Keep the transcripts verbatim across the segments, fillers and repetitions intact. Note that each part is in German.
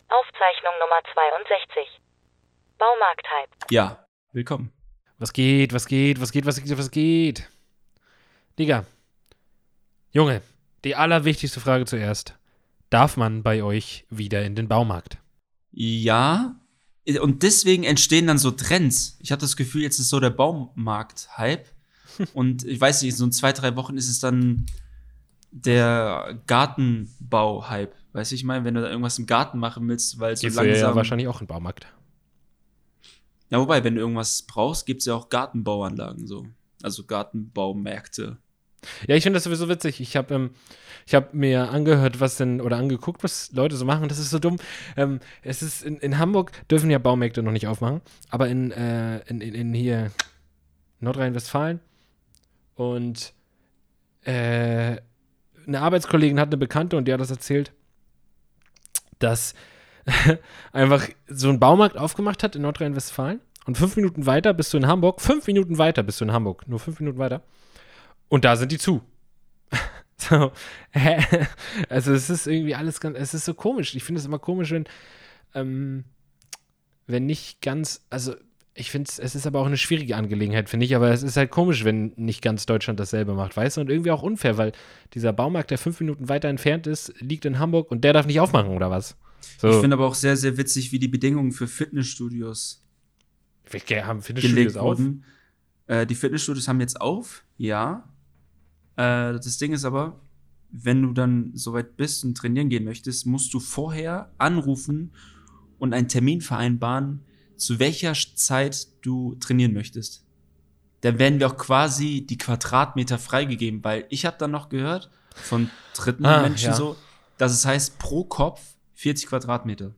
Aufzeichnung Nummer zweiundsechzig. Baumarkt-Hype. Ja, willkommen. Was geht, was geht, was geht, was geht, was geht? Digga. Junge, die allerwichtigste Frage zuerst. Darf man bei euch wieder in den Baumarkt? Ja, und deswegen entstehen dann so Trends. Ich habe das Gefühl, jetzt ist so der Baumarkt-Hype. Und ich weiß nicht, so in zwei, drei Wochen ist es dann der Gartenbau-Hype. Weißt du, ich meine, wenn du da irgendwas im Garten machen willst, weil so Gehst langsam... du ja wahrscheinlich auch in den Baumarkt. Ja, wobei, wenn du irgendwas brauchst, gibt es ja auch Gartenbauanlagen so. Also Gartenbaumärkte. Ja, ich finde das sowieso witzig. Ich habe ähm, ich hab mir angehört, was denn, oder angeguckt, was Leute so machen. Das ist so dumm. Ähm, es ist in, in Hamburg dürfen ja Baumärkte noch nicht aufmachen, aber in, äh, in, in, in hier Nordrhein-Westfalen und äh, eine Arbeitskollegin hat eine Bekannte und die hat das erzählt, dass einfach so ein Baumarkt aufgemacht hat in Nordrhein-Westfalen und fünf Minuten weiter bist du in Hamburg. Fünf Minuten weiter bist du in Hamburg. Nur fünf Minuten weiter. Und da sind die zu. So, hä? Also es ist irgendwie alles ganz, es ist so komisch. Ich finde es immer komisch, wenn, ähm, wenn nicht ganz, also ich finde es, es ist aber auch eine schwierige Angelegenheit, finde ich, aber es ist halt komisch, wenn nicht ganz Deutschland dasselbe macht, weißt du? Und irgendwie auch unfair, weil dieser Baumarkt, der fünf Minuten weiter entfernt ist, liegt in Hamburg und der darf nicht aufmachen, oder was? So. Ich finde aber auch sehr, sehr witzig, wie die Bedingungen für Fitnessstudios Wir haben Fitnessstudios auf. wurden. Äh, die Fitnessstudios haben jetzt auf, ja. Äh, das Ding ist aber, wenn du dann soweit bist und trainieren gehen möchtest, musst du vorher anrufen und einen Termin vereinbaren, zu welcher Zeit du trainieren möchtest. Dann werden wir auch quasi die Quadratmeter freigegeben, weil ich habe dann noch gehört von dritten Ah, Menschen ja. so, dass es heißt pro Kopf vierzig Quadratmeter.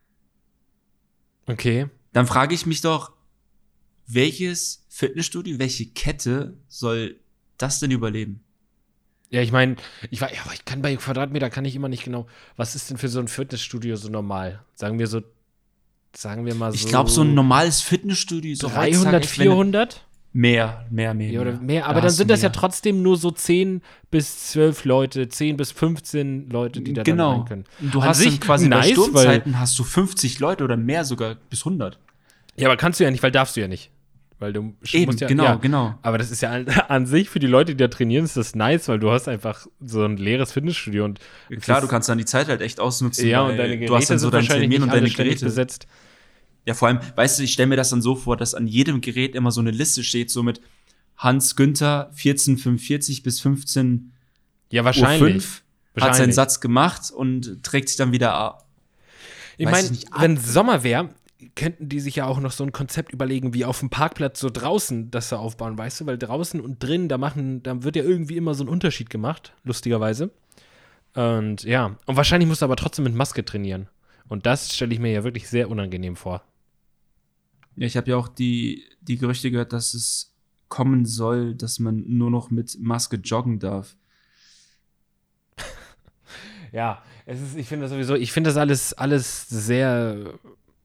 Okay. Dann frage ich mich doch, welches Fitnessstudio, welche Kette soll das denn überleben? Ja, ich meine, ich war, ja, aber ich kann bei Quadratmeter kann ich immer nicht genau, was ist denn für so ein Fitnessstudio so normal? Sagen wir so, sagen wir mal so. Ich glaube, so ein normales Fitnessstudio, so heutzutage dreihundert, echt, wenn- vierhundert? Mehr, mehr, mehr. Ja, oder mehr, mehr, Da aber dann hast sind du das ja mehr. trotzdem nur so zehn bis zwölf Leute, zehn bis fünfzehn Leute, die da dann Genau. rein können. Und du An hast sich dann quasi nice, bei Sturmzeiten hast du fünfzig Leute oder mehr, sogar bis hundert. Ja, aber kannst du ja nicht, weil darfst du ja nicht. Weil du Eben, musst ja, genau, ja. genau. Aber das ist ja an, an sich für die Leute, die da trainieren, ist das nice, weil du hast einfach so ein leeres Fitnessstudio und Klar, es du kannst dann die Zeit halt echt ausnutzen. ja, weil und deine Geräte du hast dann so sind deinen wahrscheinlich Termin nicht und alle deine ständig Geräte. besetzt. Ja, vor allem, weißt du, ich stelle mir das dann so vor, dass an jedem Gerät immer so eine Liste steht, so mit Hans Günther vierzehn Uhr fünfundvierzig bis fünfzehn Ja, Uhr wahrscheinlich. fünf hat seinen Wahrscheinlich. Satz gemacht und trägt sich dann wieder ab. Ich weiß meine, ich nicht, ab- wenn Sommer wäre, könnten die sich ja auch noch so ein Konzept überlegen, wie auf dem Parkplatz so draußen das so aufbauen, weißt du? Weil draußen und drinnen, da machen, da wird ja irgendwie immer so ein Unterschied gemacht, lustigerweise. Und ja, und wahrscheinlich musst du aber trotzdem mit Maske trainieren. Und das stelle ich mir ja wirklich sehr unangenehm vor. Ja, ich habe ja auch die, die Gerüchte gehört, dass es kommen soll, dass man nur noch mit Maske joggen darf. Ja, es ist, ich finde das sowieso, ich finde das alles, alles sehr,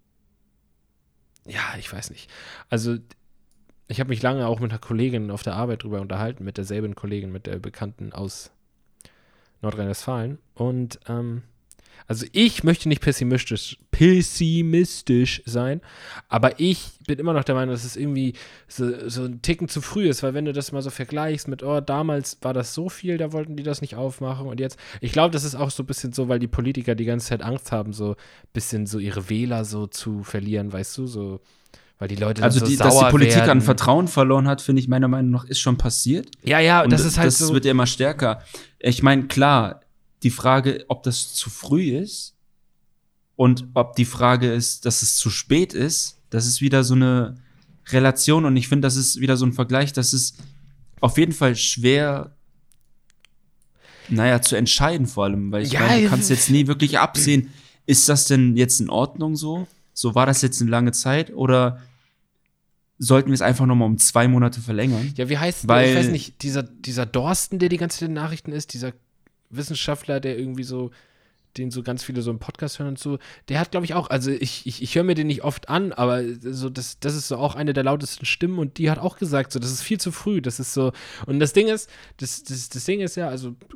ja, ich weiß nicht. Also, ich habe mich lange auch mit einer Kollegin auf der Arbeit drüber unterhalten, mit derselben Kollegin, mit der Bekannten aus Nordrhein-Westfalen. Und, ähm, also ich möchte nicht pessimistisch, pessimistisch sein, aber ich bin immer noch der Meinung, dass es irgendwie so, so ein Ticken zu früh ist, weil wenn du das mal so vergleichst mit, oh, damals war das so viel, da wollten die das nicht aufmachen und jetzt, ich glaube, das ist auch so ein bisschen so, weil die Politiker die ganze Zeit Angst haben, so ein bisschen so ihre Wähler so zu verlieren, weißt du, so, weil die Leute Also, dann so die, sauer dass die Politik werden. an Vertrauen verloren hat, finde ich meiner Meinung nach, ist schon passiert. Ja, ja, Und das ist halt das so. wird ja immer stärker. Ich meine, klar, die Frage, ob das zu früh ist und ob die Frage ist, dass es zu spät ist, das ist wieder so eine Relation und ich finde, das ist wieder so ein Vergleich, das ist auf jeden Fall schwer, naja, zu entscheiden vor allem, weil ich Ja, meine, du kannst jetzt nie wirklich absehen, ist das denn jetzt in Ordnung so? So war das jetzt eine lange Zeit oder sollten wir es einfach nochmal um zwei Monate verlängern? Ja, wie heißt der? Weil- Ich weiß nicht, dieser, dieser Dorsten, der die ganze Zeit in den Nachrichten ist, dieser Wissenschaftler, der irgendwie so, den so ganz viele so im Podcast hören und so, der hat, glaube ich, auch, also ich, ich, ich höre mir den nicht oft an, aber so das, das ist so auch eine der lautesten Stimmen und die hat auch gesagt, so, das ist viel zu früh, das ist so, und das Ding ist, das, das, das Ding ist ja, also gut,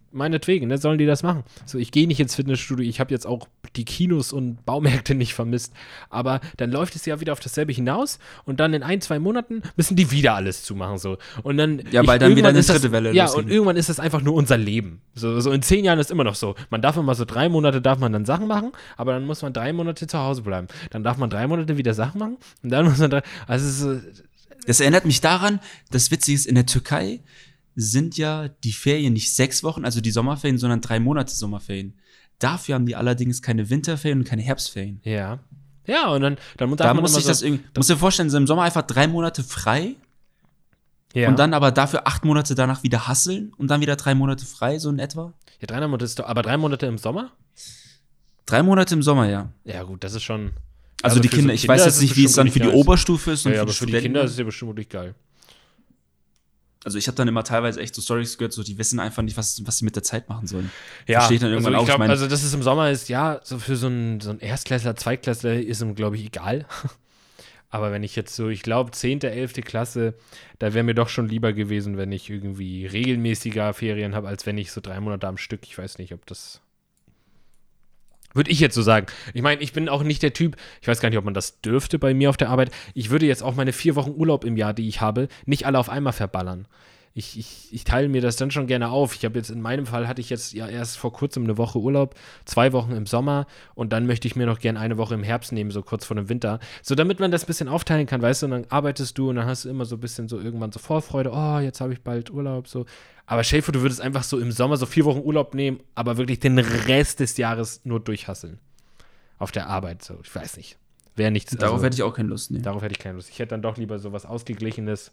meinetwegen, ne, sollen die das machen. So, ich gehe nicht ins Fitnessstudio, ich habe jetzt auch die Kinos und Baumärkte nicht vermisst, aber dann läuft es ja wieder auf dasselbe hinaus und dann in ein, zwei Monaten müssen die wieder alles zumachen, so. Und dann Ja, ich, weil dann wieder eine ist das, dritte Welle Ja, losgeht. und irgendwann ist das einfach nur unser Leben. So, so in zehn Jahren ist immer noch so. Man darf immer so drei Monate darf man dann Sachen machen, aber dann muss man drei Monate zu Hause bleiben. Dann darf man drei Monate wieder Sachen machen und dann muss man drei, also es ist, Das erinnert mich daran, das Witzige ist, in der Türkei sind ja die Ferien nicht sechs Wochen, also die Sommerferien, sondern drei Monate Sommerferien. Dafür haben die allerdings keine Winterferien und keine Herbstferien. ja. Ja, und dann, dann darf Da man muss immer ich so, das irgendwie, muss dir vorstellen, so im Sommer einfach drei Monate frei ja. und dann aber dafür acht Monate danach wieder hasseln und dann wieder drei Monate frei, so in etwa. Ja, drei Monate ist doch, aber drei Monate im Sommer? Drei Monate im Sommer, ja. Ja, gut, das ist schon. Also, Also die für Kinder, so ich Kinder weiß ist jetzt es nicht, wie es bestimmt dann für die wirklich nice. Oberstufe ist und Ja, für aber die für die Studenten. Kinder ist es ja bestimmt wirklich geil. Also ich habe dann immer teilweise echt so Storys gehört, so die wissen einfach nicht, was, was sie mit der Zeit machen sollen. Ja, Verstehe ich dann irgendwann also auch. ich glaub, Ich meine, also dass es im Sommer ist, ja, so für so einen so ein Erstklässler, Zweitklässler ist ihm, glaube ich, egal. Aber wenn ich jetzt so, ich glaube, zehnte, elfte Klasse, da wäre mir doch schon lieber gewesen, wenn ich irgendwie regelmäßiger Ferien habe, als wenn ich so drei Monate am Stück, ich weiß nicht, ob das würde ich jetzt so sagen. Ich meine, ich bin auch nicht der Typ, ich weiß gar nicht, ob man das dürfte bei mir auf der Arbeit. Ich würde jetzt auch meine vier Wochen Urlaub im Jahr, die ich habe, nicht alle auf einmal verballern. Ich, ich, ich teile mir das dann schon gerne auf. Ich habe jetzt in meinem Fall hatte ich jetzt ja erst vor kurzem eine Woche Urlaub, zwei Wochen im Sommer und dann möchte ich mir noch gerne eine Woche im Herbst nehmen, so kurz vor dem Winter. So, damit man das ein bisschen aufteilen kann, weißt du, und dann arbeitest du und dann hast du immer so ein bisschen so irgendwann so Vorfreude, oh, jetzt habe ich bald Urlaub, so. Aber Schäfer, du würdest einfach so im Sommer so vier Wochen Urlaub nehmen, aber wirklich den Rest des Jahres nur durchhasseln. Auf der Arbeit, so. Ich weiß nicht. Wäre nichts. darauf also, hätte ich auch keine Lust. Nee. Darauf hätte ich keine Lust. Ich hätte dann doch lieber so was Ausgeglichenes.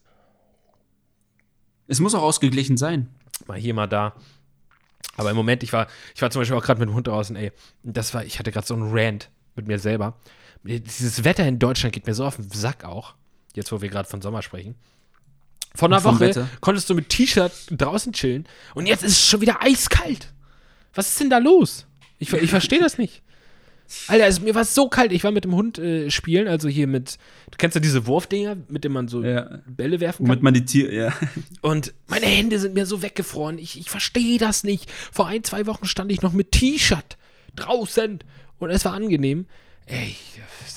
Es muss auch ausgeglichen sein. Mal hier, mal da. Aber im Moment, ich war, ich war zum Beispiel auch gerade mit dem Hund draußen, ey. Und das war, ich hatte gerade so einen Rant mit mir selber. Dieses Wetter in Deutschland geht mir so auf den Sack auch. Jetzt, wo wir gerade von Sommer sprechen. Vor einer Vom Woche Wetter? konntest du mit T-Shirt draußen chillen und jetzt ist es schon wieder eiskalt. Was ist denn da los? Ich, ich verstehe das nicht. Alter, es, mir war es so kalt. Ich war mit dem Hund äh, spielen, also hier mit, du kennst ja diese Wurfdinger, mit denen man so Ja. Bälle werfen kann. Womit man die Tiere, ja. Und meine Hände sind mir so weggefroren. Ich, ich verstehe das nicht. Vor ein, zwei Wochen stand ich noch mit T-Shirt draußen und es war angenehm. Ey, ich weiß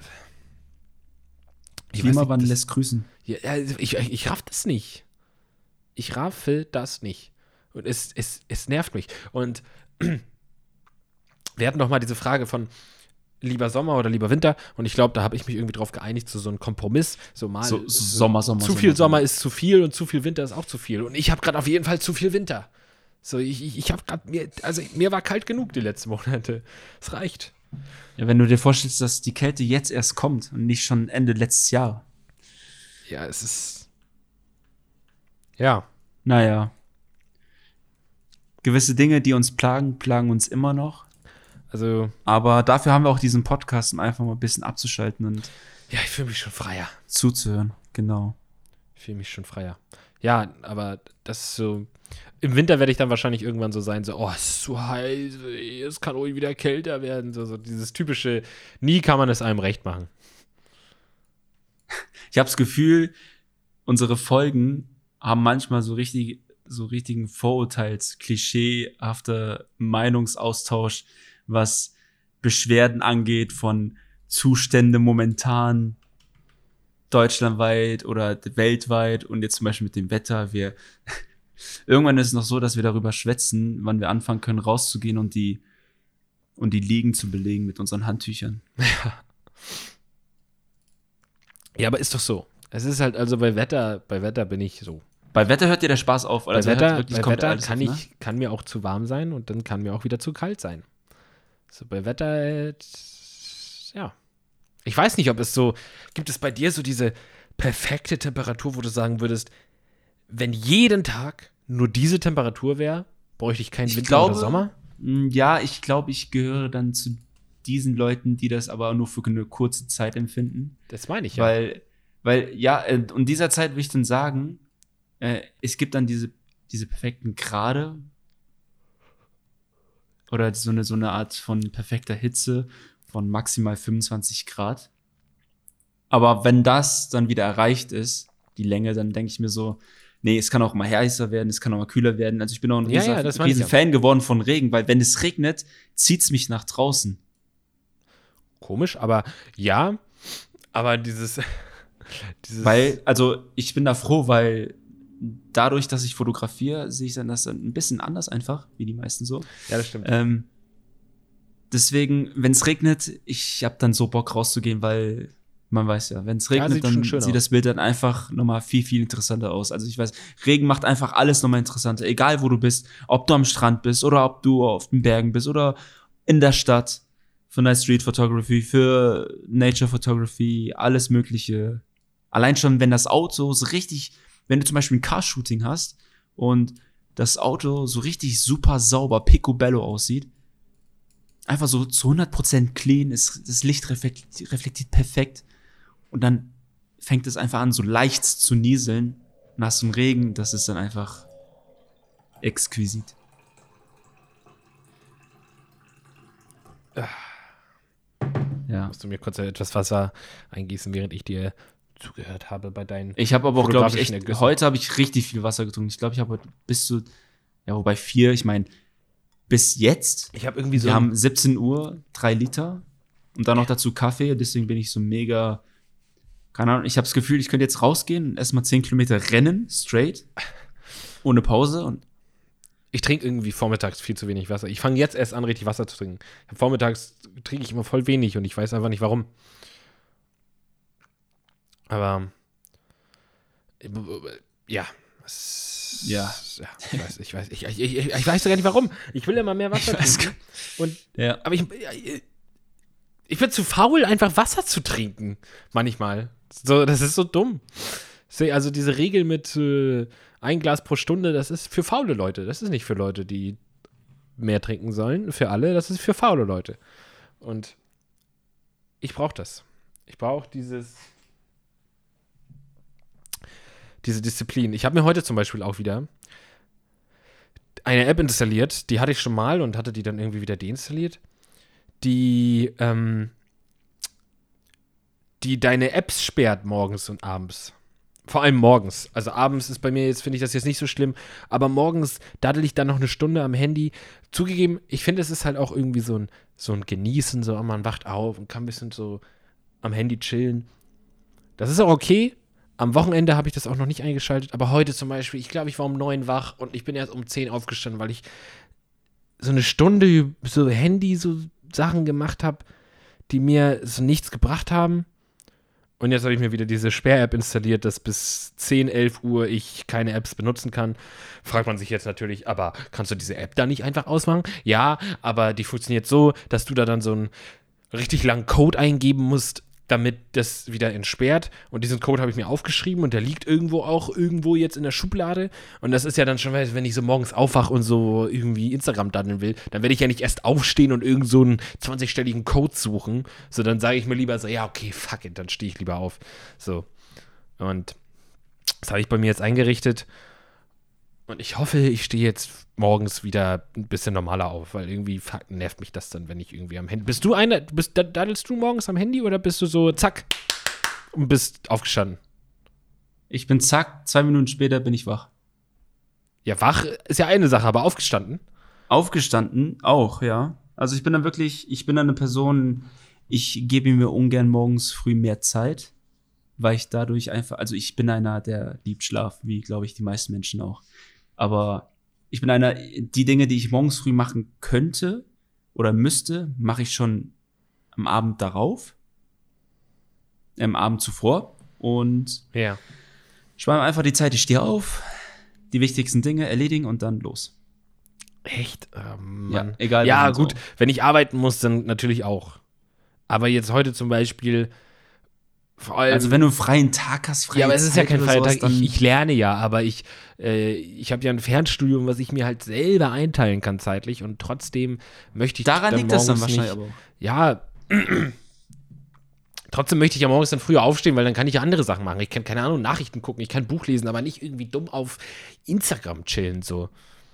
Klimawandel nicht, lässt grüßen. das, ja, also ich, ich, ich raff das nicht. Ich raffe das nicht. Und es, es, es nervt mich. Und wir hatten doch mal diese Frage von lieber Sommer oder lieber Winter und ich glaube, da habe ich mich irgendwie drauf geeinigt, zu so einem Kompromiss, so mal So, Sommer, Sommer, zu Sommer, viel Sommer Sommer. ist zu viel und zu viel Winter ist auch zu viel und ich habe gerade auf jeden Fall zu viel Winter. So, ich, ich, ich habe gerade mir, also mir war kalt genug die letzten Monate. Es reicht. Ja, wenn du dir vorstellst, dass die Kälte jetzt erst kommt und nicht schon Ende letztes Jahr. Ja, es ist ja. Naja. Gewisse Dinge, die uns plagen, plagen uns immer noch. Also, Aber dafür haben wir auch diesen Podcast, um einfach mal ein bisschen abzuschalten und ja, ich fühle mich schon freier. zuzuhören. Genau. Ich fühle mich schon freier. Ja, aber das ist so. Im Winter werde ich dann wahrscheinlich irgendwann so sein, so, oh, es ist so heiß, ey, es kann ruhig wieder kälter werden. So, so dieses typische, nie kann man es einem recht machen. Ich habe das Gefühl, unsere Folgen haben manchmal so richtig, so richtigen Vorurteils, klischeehafter Meinungsaustausch, was Beschwerden angeht von Zustände momentan deutschlandweit oder weltweit und jetzt zum Beispiel mit dem Wetter. Wir irgendwann ist es noch so, dass wir darüber schwätzen, wann wir anfangen können, rauszugehen und die und die Liegen zu belegen mit unseren Handtüchern. Ja, aber ist doch so. Es ist halt, also bei Wetter, bei Wetter bin ich so. Bei Wetter hört dir der Spaß auf. Bei Also hört Wetter, wirklich, bei kommt Wetter alles kann, auf, ne? ich, kann mir auch zu warm sein und dann kann mir auch wieder zu kalt sein. So bei Wetter, äh, ja. Ich weiß nicht, ob es so, gibt es bei dir so diese perfekte Temperatur, wo du sagen würdest, wenn jeden Tag nur diese Temperatur wäre, bräuchte ich keinen Ich Winter glaube, oder Sommer? Mm, Ja, ich glaube, ich gehöre dann zu diesen Leuten, die das aber nur für eine kurze Zeit empfinden. Das meine ich ja. Weil, weil, ja, äh, und dieser Zeit will ich dann sagen, äh, es gibt dann diese, diese perfekten Grade oder so eine, so eine Art von perfekter Hitze von maximal fünfundzwanzig Grad. Aber wenn das dann wieder erreicht ist, die Länge, dann denke ich mir so, Nee, es kann auch mal heißer werden, es kann auch mal kühler werden. Also ich bin auch ein Ja, riesen, ja, das meine ich riesen ja. Fan geworden von Regen, weil wenn es regnet, zieht's mich nach draußen. Komisch, aber ja, aber dieses, dieses Weil, also ich bin da froh, weil dadurch, dass ich fotografiere, sehe ich dann das dann ein bisschen anders einfach, wie die meisten so. ja, das stimmt. Ähm, deswegen, wenn es regnet, ich habe dann so Bock rauszugehen, weil man weiß ja, wenn es Ja, regnet, sieht dann schon schön sieht aus. das Bild dann einfach nochmal viel, viel interessanter aus. Also ich weiß, Regen macht einfach alles nochmal interessanter, egal wo du bist, ob du am Strand bist oder ob du auf den Bergen bist oder in der Stadt. Für Night Street Photography, für Nature Photography, alles Mögliche. Allein schon, wenn das Auto so richtig, wenn du zum Beispiel ein Car-Shooting hast und das Auto so richtig super sauber, picobello aussieht, einfach so zu hundert Prozent clean, ist, das Licht reflektiert, reflektiert perfekt und dann fängt es einfach an, so leicht zu nieseln nach so einem Regen, das ist dann einfach exquisit. Ja. Musst du mir kurz etwas Wasser eingießen, während ich dir zugehört habe bei deinen. Ich habe aber auch, glaube ich, fotografischen echt, Ergüssen. heute habe ich richtig viel Wasser getrunken. Ich glaube, ich habe heute bis zu, ja, wobei vier, ich meine, bis jetzt, Ich habe irgendwie so. wir haben siebzehn Uhr, drei Liter und dann noch dazu Kaffee, deswegen bin ich so mega, keine Ahnung, ich habe das Gefühl, ich könnte jetzt rausgehen und erstmal zehn Kilometer rennen, straight, ohne Pause und Ich trinke irgendwie vormittags viel zu wenig Wasser. Ich fange jetzt erst an, richtig Wasser zu trinken. Vormittags trinke ich immer voll wenig und ich weiß einfach nicht warum. Aber äh, ja. Es- Ja. ja ich weiß, ich weiß, ich, ich, ich, ich weiß gar nicht warum. Ich will immer mehr Wasser Ich weiß trinken. Und, ja. aber ich, ich, ich bin zu faul, einfach Wasser zu trinken. Manchmal. So, das ist so dumm. Also diese Regel mit äh, ein Glas pro Stunde, das ist für faule Leute. Das ist nicht für Leute, die mehr trinken sollen. Für alle, das ist für faule Leute. Und ich brauche das. Ich brauche dieses diese Disziplin. Ich habe mir heute zum Beispiel auch wieder eine App installiert, die hatte ich schon mal und hatte die dann irgendwie wieder deinstalliert, die, ähm, die deine Apps sperrt morgens und abends. Vor allem morgens. Also abends ist bei mir jetzt, finde ich das jetzt nicht so schlimm, aber morgens daddel ich dann noch eine Stunde am Handy. Zugegeben, ich finde, es ist halt auch irgendwie so ein, so ein Genießen, so, man wacht auf und kann ein bisschen so am Handy chillen. Das ist auch okay. Am Wochenende habe ich das auch noch nicht eingeschaltet, aber heute zum Beispiel, ich glaube, ich war um neun wach und ich bin erst um zehn aufgestanden, weil ich so eine Stunde so Handy, so Sachen gemacht habe, die mir so nichts gebracht haben. Und jetzt habe ich mir wieder diese Sperr-App installiert, dass bis zehn, elf Uhr ich keine Apps benutzen kann. Fragt man sich jetzt natürlich, aber kannst du diese App da nicht einfach ausmachen? Ja, aber die funktioniert so, dass du da dann so einen richtig langen Code eingeben musst, damit das wieder entsperrt. Und diesen Code habe ich mir aufgeschrieben und der liegt irgendwo auch irgendwo jetzt in der Schublade. Und das ist ja dann schon, wenn ich so morgens aufwache und so irgendwie Instagram daddeln will, dann werde ich ja nicht erst aufstehen und irgend so einen zwanzigstelligen Code suchen. So, dann sage ich mir lieber so, ja, okay, fuck it, dann stehe ich lieber auf. So. Und das habe ich bei mir jetzt eingerichtet. Und ich hoffe, ich stehe jetzt morgens wieder ein bisschen normaler auf, weil irgendwie fuck, nervt mich das dann, wenn ich irgendwie am Handy. Bist du einer, bist, daddelst du morgens am Handy oder bist du so zack und bist aufgestanden? Ich bin zack, zwei Minuten später bin ich wach. Ja, wach ist ja eine Sache, aber aufgestanden? Aufgestanden auch, ja. Also ich bin dann wirklich, ich bin dann eine Person, ich gebe mir ungern morgens früh mehr Zeit, weil ich dadurch einfach, also ich bin einer, der liebt Schlaf, wie glaube ich die meisten Menschen auch. Aber ich bin einer, die Dinge, die ich morgens früh machen könnte oder müsste, mache ich schon am Abend darauf, am Abend zuvor und Ja. spare mir einfach die Zeit, ich stehe auf, die wichtigsten Dinge erledigen und dann los. Echt? Oh, Mann. Ja, egal. Ja, wann gut, so. wenn ich arbeiten muss, dann natürlich auch. Aber jetzt heute zum Beispiel, vor allem. Also wenn du einen freien Tag hast, freie Ja, aber es ist ja Zeit kein oder freier sowas, Tag. dann Ich, ich lerne ja, aber ich, äh, ich habe ja ein Fernstudium, was ich mir halt selber einteilen kann zeitlich und trotzdem möchte ich daran dann liegt das dann morgens wahrscheinlich nicht, aber auch. Ja, trotzdem möchte ich ja morgens dann früher aufstehen, weil dann kann ich ja andere Sachen machen. Ich kann, keine Ahnung, Nachrichten gucken, ich kann Buch lesen, aber nicht irgendwie dumm auf Instagram chillen, so.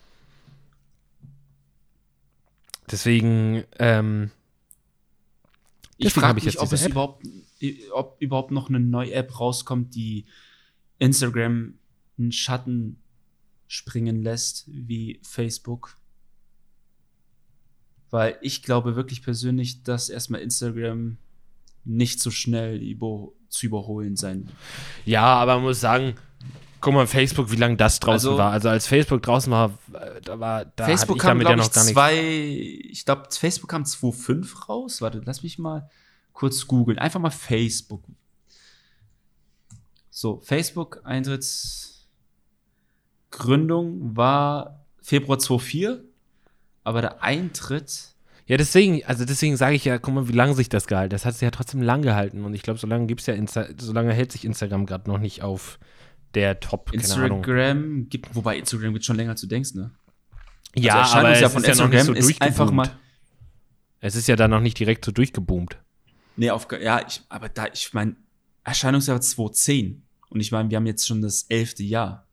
Deswegen, ähm, Ich deswegen frage habe ich mich, jetzt ob diese es App. überhaupt, ob überhaupt noch eine neue App rauskommt, die Instagram einen Schatten springen lässt wie Facebook. Weil ich glaube wirklich persönlich, dass erstmal Instagram nicht so schnell über, zu überholen sein wird. Ja, aber man muss sagen, guck mal, Facebook, wie lange das draußen Also- war. Also als Facebook draußen war, da war da Facebook hatte ich kam, damit ja glaube noch ich, gar nichts. zwei, ich glaube, Facebook kam zwanzig fünf raus. Warte, lass mich mal kurz googeln. Einfach mal Facebook. So, Facebook-Eintrittsgründung war Februar zweitausend vier, aber der Eintritt, Ja, deswegen, also deswegen sage ich ja, guck mal, wie lange sich das gehalten. Das hat sich ja trotzdem lang gehalten. Und ich glaube, so lange gibt's ja Insta- so lange hält sich Instagram gerade noch nicht auf der Top, keine Ahnung. Instagram gibt, wobei Instagram gibt schon länger, als du denkst, ne? Ja, Also aber es Erscheinungsjahr ist von ja noch nicht so Instagram ist einfach durchgeboomt. mal- Es ist ja da noch nicht direkt so durchgeboomt. Nee, auf, ja, ich, aber da, ich meine, Erscheinungsjahr zwanzig zehn. Und ich meine, wir haben jetzt schon das elfte Jahr.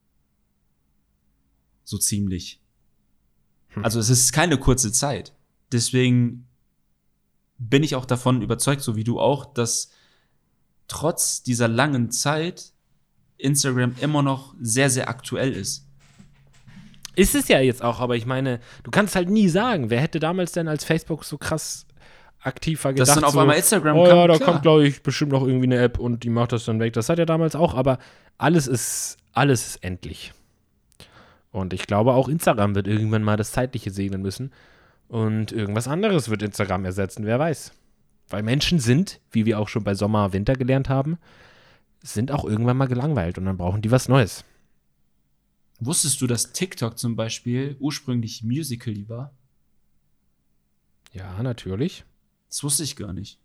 So ziemlich. Hm. Also es ist keine kurze Zeit. Deswegen bin ich auch davon überzeugt, so wie du auch, dass trotz dieser langen Zeit Instagram immer noch sehr, sehr aktuell ist. Ist es ja jetzt auch, aber ich meine, du kannst halt nie sagen, wer hätte damals denn als Facebook so krass aktiv war gedacht, Dass dann auf so, einmal Instagram oh kam, ja, da klar. kommt, glaube ich, bestimmt noch irgendwie eine App und die macht das dann weg. Das hat ja damals auch, aber alles ist, alles ist endlich. Und ich glaube, auch Instagram wird irgendwann mal das Zeitliche segnen müssen. Und irgendwas anderes wird Instagram ersetzen, wer weiß. Weil Menschen sind, wie wir auch schon bei Sommer, Winter gelernt haben, sind auch irgendwann mal gelangweilt und dann brauchen die was Neues. Wusstest du, dass TikTok zum Beispiel ursprünglich Musical.ly war? Ja, natürlich. Das wusste ich gar nicht.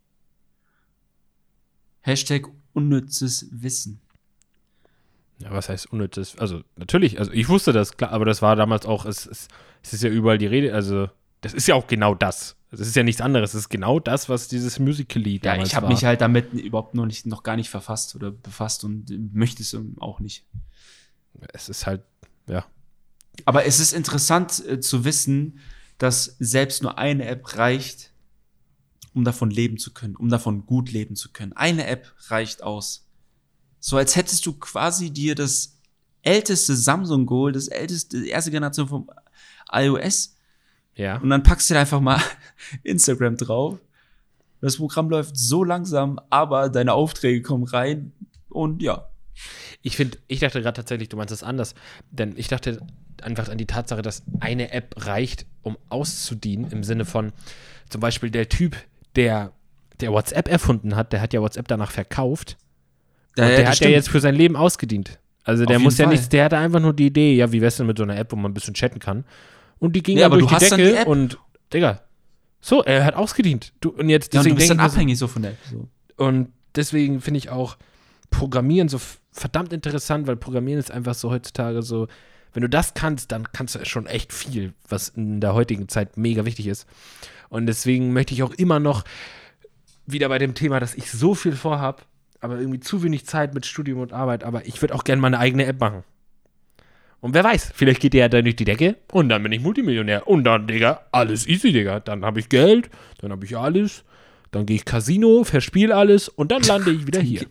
Hashtag unnützes Wissen. Ja, was heißt unnützes? Also, natürlich, also ich wusste das, klar, aber das war damals auch, es, es, es ist ja überall die Rede, also, das ist ja auch genau das. Es ist ja nichts anderes, es ist genau das, was dieses Musical.ly Ja, damals ich habe war. mich halt damit überhaupt noch nicht, noch gar nicht verfasst oder befasst und äh, möchte es ähm, auch nicht. Es ist halt, ja. Aber es ist interessant äh, zu wissen, dass selbst nur eine App reicht, um davon leben zu können, um davon gut leben zu können. Eine App reicht aus. So als hättest du quasi dir das älteste Samsung geholt, das älteste, die erste Generation vom iOS, Ja. und dann packst du da einfach mal Instagram drauf. Das Programm läuft so langsam, aber deine Aufträge kommen rein und ja. Ich finde, ich dachte gerade tatsächlich, du meinst das anders, denn ich dachte einfach an die Tatsache, dass eine App reicht, um auszudienen, im Sinne von zum Beispiel der Typ, der, der WhatsApp erfunden hat, der hat ja WhatsApp danach verkauft. Ja, Und ja, der das hat stimmt. ja jetzt für sein Leben ausgedient. Also der Auf muss jeden ja Fall. nichts, der hatte einfach nur die Idee, ja, wie wär's denn mit so einer App, wo man ein bisschen chatten kann. Und die ging Nee, dann aber durch du die hast dann Decke die App. und, Digga, so, er hat ausgedient. Du, und jetzt Ja, und deswegen du bist dann denke ich mir so- abhängig so von der App. So. Und deswegen finde ich auch Programmieren so f- verdammt interessant, weil Programmieren ist einfach so heutzutage so, wenn du das kannst, dann kannst du schon echt viel, was in der heutigen Zeit mega wichtig ist. Und deswegen möchte ich auch immer noch wieder bei dem Thema, dass ich so viel vorhab, aber irgendwie zu wenig Zeit mit Studium und Arbeit, aber ich würde auch gerne mal eine eigene App machen. Und wer weiß, vielleicht geht der ja dann durch die Decke und dann bin ich Multimillionär. Und dann, Digga, alles easy, Digga. Dann habe ich Geld, dann habe ich alles, dann gehe ich Casino, verspiel alles und dann lande ich wieder hier.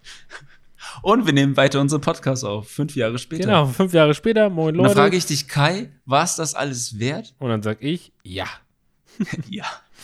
Und wir nehmen weiter unseren Podcast auf, fünf Jahre später. Genau, fünf Jahre später, moin Und dann Leute. frage ich dich, Kai, war es das alles wert? Und dann sag ich, ja. Ja.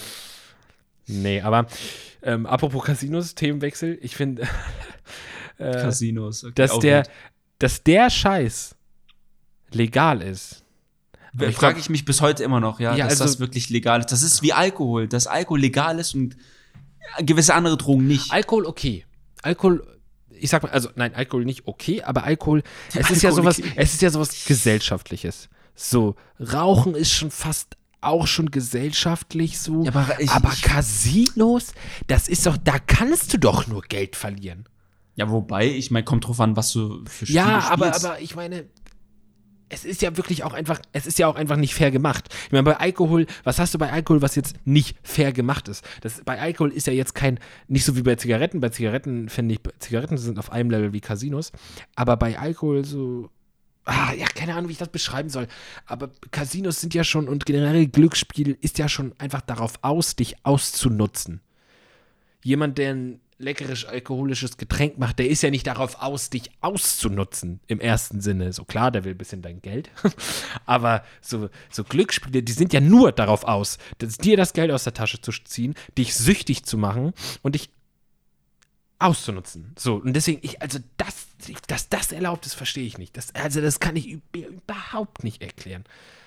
Nee, aber ähm, apropos Casinos, Themenwechsel, ich finde, äh, Casinos. Okay, dass, auch der, wert. dass der Scheiß legal ist. Aber ich Frage glaub- ich mich bis heute immer noch, ja, Ja, dass also- das wirklich legal ist. Das ist wie Alkohol, dass Alkohol legal ist und gewisse andere Drogen nicht. Alkohol okay. Alkohol, ich sag mal, also nein, Alkohol nicht okay, aber Alkohol, es ist ja Alkohol sowas, okay. es ist ja sowas Gesellschaftliches. So, Rauchen ist schon fast auch schon gesellschaftlich so. Ja, aber ich- aber ich- Casinos, das ist doch, da kannst du doch nur Geld verlieren. Ja, wobei, ich meine, kommt drauf an, was du für Spiele Ja, aber, spielst. aber ich meine, es ist ja wirklich auch einfach, es ist ja auch einfach nicht fair gemacht. Ich meine, bei Alkohol, was hast du bei Alkohol, was jetzt nicht fair gemacht ist? Das, bei Alkohol ist ja jetzt kein, nicht so wie bei Zigaretten. Bei Zigaretten finde ich, Zigaretten sind auf einem Level wie Casinos. Aber bei Alkohol so, ah, ja, keine Ahnung, wie ich das beschreiben soll. Aber Casinos sind ja schon, und generell Glücksspiel ist ja schon einfach darauf aus, dich auszunutzen. Jemand, der, leckeres alkoholisches Getränk macht, der ist ja nicht darauf aus, dich auszunutzen, im ersten Sinne. So klar, der will ein bisschen dein Geld. Aber so, so Glücksspiele, die sind ja nur darauf aus, dass dir das Geld aus der Tasche zu ziehen, dich süchtig zu machen und dich auszunutzen. So, und deswegen, ich, also das, dass das erlaubt ist, verstehe ich nicht. Das, also das kann ich mir überhaupt nicht erklären.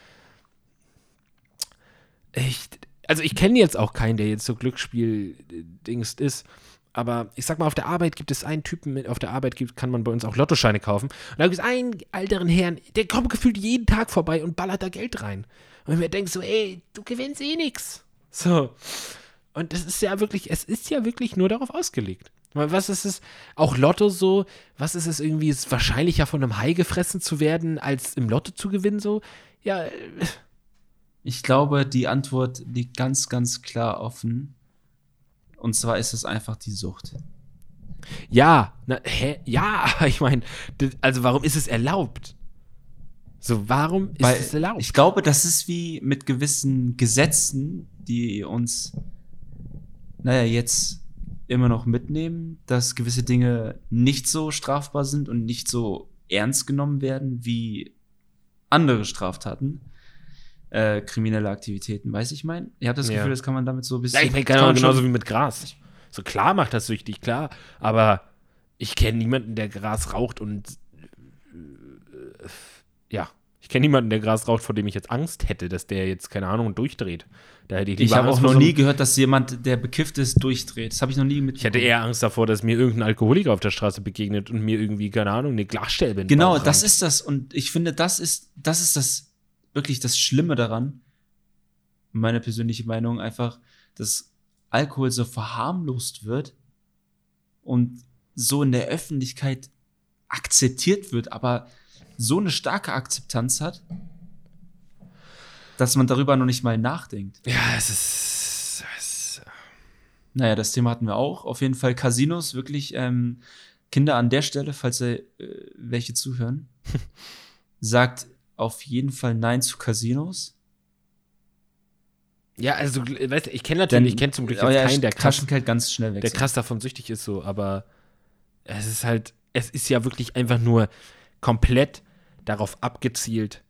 Ich, also ich kenne jetzt auch keinen, der jetzt so Glücksspiel-Dings ist, aber ich sag mal, auf der Arbeit gibt es einen Typen, mit auf der Arbeit gibt, kann man bei uns auch Lottoscheine kaufen. Und da gibt es einen älteren Herrn, der kommt gefühlt jeden Tag vorbei und ballert da Geld rein. Und ich mir denke so, ey, du gewinnst eh nix. So. Und das ist ja wirklich, es ist ja wirklich nur darauf ausgelegt. Was ist es, auch Lotto so, was ist es irgendwie, ist wahrscheinlicher von einem Hai gefressen zu werden, als im Lotto zu gewinnen so? Ja, äh, Ich glaube, die Antwort liegt ganz, ganz klar offen. Und zwar ist es einfach die Sucht. Ja, na, hä? Ja, ich meine, also warum ist es erlaubt? So, warum ist Weil es erlaubt? Ich glaube, das ist wie mit gewissen Gesetzen, die uns, naja, jetzt immer noch mitnehmen, dass gewisse Dinge nicht so strafbar sind und nicht so ernst genommen werden wie andere Straftaten. Äh, kriminelle Aktivitäten, weiß ich mein? Ihr habt das Gefühl, Ja. das kann man damit so ein bisschen. Ja, ich meine, kann genau, man genauso schon- wie mit Gras. So klar macht das süchtig, klar. Aber ich kenne niemanden, der Gras raucht und äh, ja, ich kenne niemanden, der Gras raucht, vor dem ich jetzt Angst hätte, dass der jetzt, keine Ahnung, durchdreht. Da hätte ich Ich lieber habe Angst auch vor noch so einem- nie gehört, dass jemand, der bekifft ist, durchdreht. Das habe ich noch nie mit. Ich hätte eher Angst davor, dass mir irgendein Alkoholiker auf der Straße begegnet und mir irgendwie, keine Ahnung, eine Glasstäbe in den Genau, Bauch das rammt. ist das. Und ich finde, das ist, das ist das wirklich das Schlimme daran. Meine persönliche Meinung einfach, dass Alkohol so verharmlost wird und so in der Öffentlichkeit akzeptiert wird, aber so eine starke Akzeptanz hat, dass man darüber noch nicht mal nachdenkt. Ja, es ist. Es, Naja, das Thema hatten wir auch. Auf jeden Fall Casinos, wirklich ähm, Kinder an der Stelle, falls ihr, äh, welche zuhören, sagt auf jeden Fall Nein zu Casinos. ja, also, weißt du, ich kenne natürlich, ich kenne zum Glück jetzt euer keinen, der krass, Taschengeld ganz schnell weg. der krass davon süchtig ist, so, aber es ist halt, es ist ja wirklich einfach nur komplett darauf abgezielt,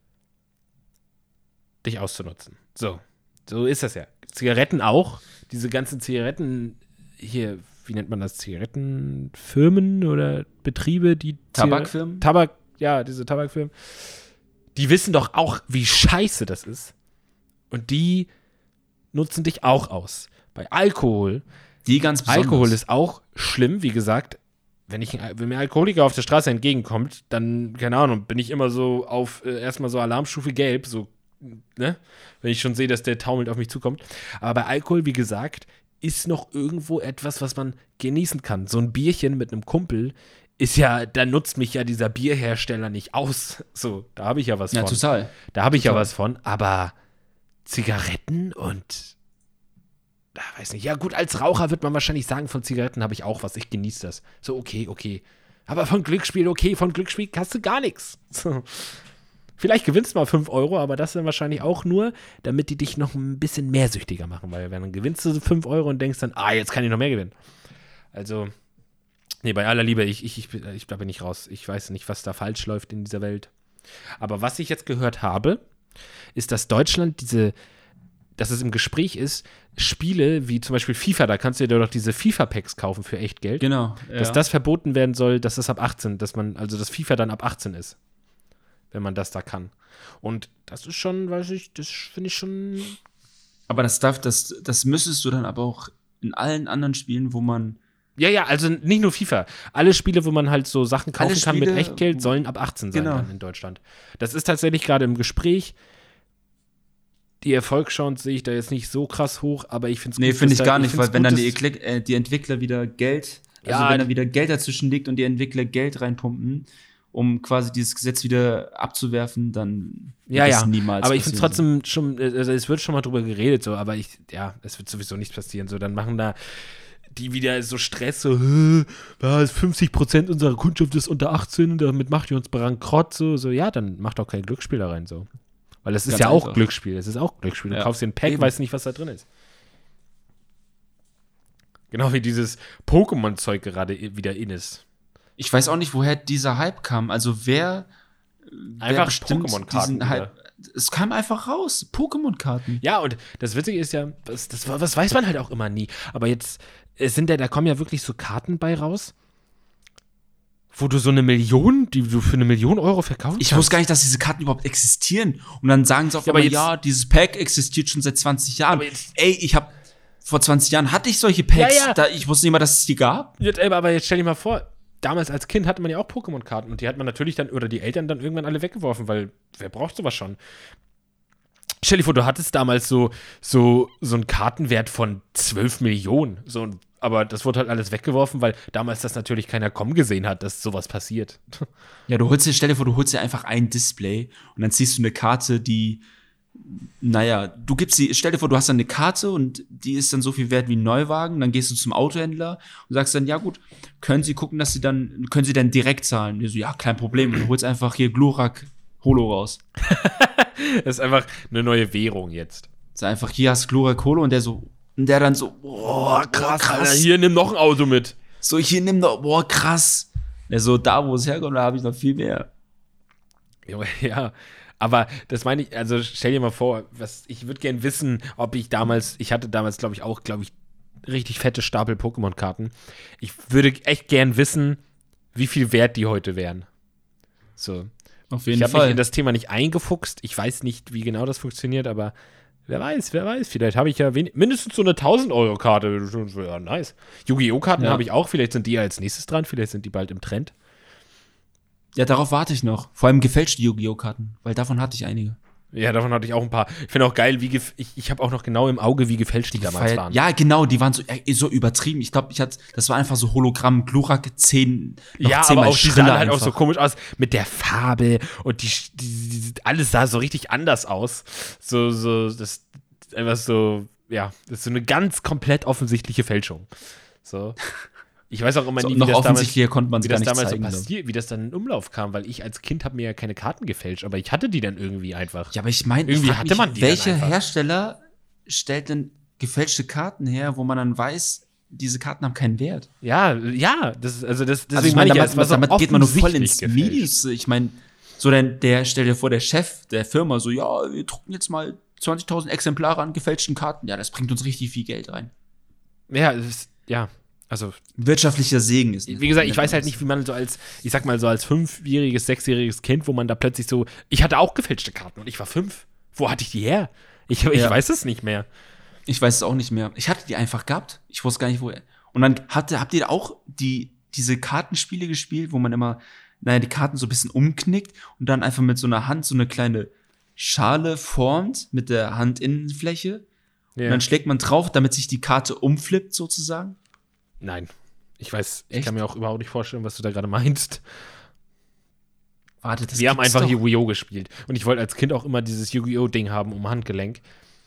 dich auszunutzen. So, so ist das ja. Zigaretten auch, diese ganzen Zigaretten hier, wie nennt man das, Zigarettenfirmen oder Betriebe, die Tabakfirmen? Ziga- Tabak, ja, diese Tabakfirmen, die wissen doch auch, wie scheiße das ist. Und die nutzen dich auch aus. Bei Alkohol, Die ganz besonders. Alkohol ist auch schlimm, wie gesagt. Wenn, ich, wenn mir ein Alkoholiker auf der Straße entgegenkommt, dann, keine Ahnung, bin ich immer so auf äh, erstmal so Alarmstufe gelb, so, ne? Wenn ich schon sehe, dass der taumelt auf mich zukommt. Aber bei Alkohol, wie gesagt, ist noch irgendwo etwas, was man genießen kann. So ein Bierchen mit einem Kumpel ist ja, da nutzt mich ja dieser Bierhersteller nicht aus. So, da habe ich ja was Ja, von. total. Da habe ich ja Total. was von, aber Zigaretten und da weiß nicht. Ja, gut, als Raucher wird man wahrscheinlich sagen, von Zigaretten habe ich auch was, ich genieße das. So, okay, okay. Aber von Glücksspiel, okay, von Glücksspiel hast du gar nichts. So. Vielleicht gewinnst du mal fünf Euro, aber das dann wahrscheinlich auch nur, damit die dich noch ein bisschen mehr süchtiger machen, weil dann gewinnst du fünf Euro und denkst dann, ah, jetzt kann ich noch mehr gewinnen. Also, nee, bei aller Liebe, ich, ich, ich, ich da bin ich raus. Ich weiß nicht, was da falsch läuft in dieser Welt. Aber was ich jetzt gehört habe, ist, dass Deutschland diese, dass es im Gespräch ist, Spiele wie zum Beispiel FIFA, da kannst du dir doch diese FIFA-Packs kaufen für echt Geld, Genau. dass ja. das verboten werden soll, dass das ab achtzehn, dass man, also dass FIFA dann ab achtzehn ist, wenn man das da kann. Und das ist schon, weiß ich, das finde ich schon. Aber das darf, das, das müsstest du dann aber auch in allen anderen Spielen, wo man. Ja, ja, also nicht nur FIFA. Alle Spiele, wo man halt so Sachen kaufen Alle kann mit Spiele, Echtgeld, sollen ab achtzehn sein Genau. dann in Deutschland. Das ist tatsächlich gerade im Gespräch. Die Erfolgschancen sehe ich da jetzt nicht so krass hoch, aber ich finde es Nee, gut, finde dass ich da- gar nicht, find's weil wenn gut, dann die, dass- Ekle- äh, die Entwickler wieder Geld, also Ja, wenn da die- wieder Geld dazwischen liegt und die Entwickler Geld reinpumpen, um quasi dieses Gesetz wieder abzuwerfen, dann Ja, wird das ja, niemals aber ich finde es passieren. trotzdem schon, also es wird schon mal drüber geredet, so, aber ich, ja, es wird sowieso nichts passieren, so, dann machen da die wieder so Stress, so, "Hä, was, fünfzig Prozent unserer Kundschaft ist unter achtzehn und damit macht ihr uns bankrott, so, so, ja, dann macht auch kein Glücksspiel da rein, so. Weil es ist Ganz ja auch einfach. Glücksspiel, es ist auch Glücksspiel, du Ja, kaufst dir ein Pack, eben. weißt nicht, was da drin ist. Genau wie dieses Pokémon-Zeug gerade i- wieder in ist. Ich weiß auch nicht, woher dieser Hype kam. Also wer, wer Einfach bestimmt Pokémon-Karten diesen Hype. Es kam einfach raus. Pokémon-Karten. Ja, und das Witzige ist ja, das, das, das weiß man halt auch immer nie. Aber jetzt es sind ja, da kommen ja wirklich so Karten bei raus, wo du so eine Million, die du für eine Million Euro verkaufen Ich kannst. wusste gar nicht, dass diese Karten überhaupt existieren. Und dann sagen sie auf Ja, aber einmal, jetzt- ja, dieses Pack existiert schon seit zwanzig Jahren. Aber jetzt- Ey, ich habe vor zwanzig Jahren hatte ich solche Packs. Ja, ja. Da, ich wusste nicht mal, dass es die gab. Jetzt, ey, aber jetzt stell dir mal vor, damals als Kind hatte man ja auch Pokémon-Karten und die hat man natürlich dann, oder die Eltern dann irgendwann alle weggeworfen, weil wer braucht sowas schon? Stell dir vor, du hattest damals so, so, so einen Kartenwert von zwölf Millionen. So, ein- aber das wurde halt alles weggeworfen, weil damals das natürlich keiner kommen gesehen hat, dass sowas passiert. Ja, du holst dir, stell dir vor, du holst dir einfach ein Display und dann ziehst du eine Karte, die, naja, du gibst sie, stell dir vor, du hast dann eine Karte und die ist dann so viel wert wie ein Neuwagen, dann gehst du zum Autohändler und sagst dann, ja gut, können Sie gucken, dass Sie dann, können Sie dann direkt zahlen? Und die so, ja, kein Problem, und du holst einfach hier Glurak Holo raus. Das ist einfach eine neue Währung jetzt. So einfach, hier hast du Glurak Holo und der so, und der dann so, boah, krass, Alter, hier, nimm noch ein Auto mit. So, hier nimm doch, boah, krass. Der so, da wo es herkommt, da habe ich noch viel mehr. Junge, ja, aber das meine ich, also stell dir mal vor, was, ich würde gern wissen, ob ich damals, ich hatte damals, glaube ich, auch, glaube ich, richtig fette Stapel Pokémon-Karten. Ich würde echt gern wissen, wie viel wert die heute wären. So. Auf Ich habe mich in das Thema nicht eingefuchst. Ich weiß nicht, wie genau das funktioniert, aber wer weiß, wer weiß. Vielleicht habe ich ja wen- mindestens so eine tausend-Euro-Karte. Ja, nice. Yu-Gi-Oh! Karten Ja. habe ich auch. Vielleicht sind die ja als nächstes dran. Vielleicht sind die bald im Trend. Ja, darauf warte ich noch. Vor allem gefälschte Yu-Gi-Oh! Karten, weil davon hatte ich einige. Ja, davon hatte ich auch ein paar. Ich finde auch geil, wie gef- ich, ich habe auch noch genau im Auge, wie gefälscht die damals Weil- waren. Ja, genau, die waren so, äh, so übertrieben. Ich glaube, ich hatte, das war einfach so Hologramm, Glurak zehn, noch Ja, aber zehnmal auch die sahen schriller halt auch einfach. so komisch aus mit der Farbe und die, die, die alles sah so richtig anders aus. So, so, das einfach so, ja, das ist so eine ganz komplett offensichtliche Fälschung. So. Ich weiß auch immer So, nie, wie noch das damals, offensichtlicher konnte man wie es gar das nicht damals zeigen. so ne? passiert, wie das dann in Umlauf kam, weil ich als Kind habe mir ja keine Karten gefälscht, aber ich hatte die dann irgendwie einfach. Ja, aber ich meine, Irgendwie ich frag hatte mich, man die dann welcher einfach. Hersteller stellt denn gefälschte Karten her, wo man dann weiß, diese Karten haben keinen Wert? Ja, ja, das ist, also das, deswegen Also ich meine, ja, damit, es war so damit geht man nur voll offensichtlich ins gefälscht. Minus. Ich meine, so der, der, stell dir vor, der Chef der Firma so, ja, wir drucken jetzt mal zwanzigtausend Exemplare an gefälschten Karten. Ja, das bringt uns richtig viel Geld rein. Ja, es ist, ja, also Wirtschaftlicher Segen ist. wie gesagt, ich weiß halt nicht, wie man so als, ich sag mal so als fünfjähriges, sechsjähriges Kind, wo man da plötzlich so, ich hatte auch gefälschte Karten und ich war fünf. Wo hatte ich die her? Ich, ich Ja. weiß es nicht mehr. Ich weiß es auch nicht mehr. Ich hatte die einfach gehabt. Ich wusste gar nicht, woher. Und dann hatte, habt ihr auch die, diese Kartenspiele gespielt, wo man immer, naja, die Karten so ein bisschen umknickt und dann einfach mit so einer Hand so eine kleine Schale formt mit der Handinnenfläche. Und Ja. dann schlägt man drauf, damit sich die Karte umflippt sozusagen. Nein. Ich weiß, ich Echt? kann mir auch überhaupt nicht vorstellen, was du da gerade meinst. Warte, das Wir haben gibt's einfach doch. Yu-Gi-Oh! Gespielt. Und ich wollte als Kind auch immer dieses Yu-Gi-Oh!-Ding haben um Handgelenk.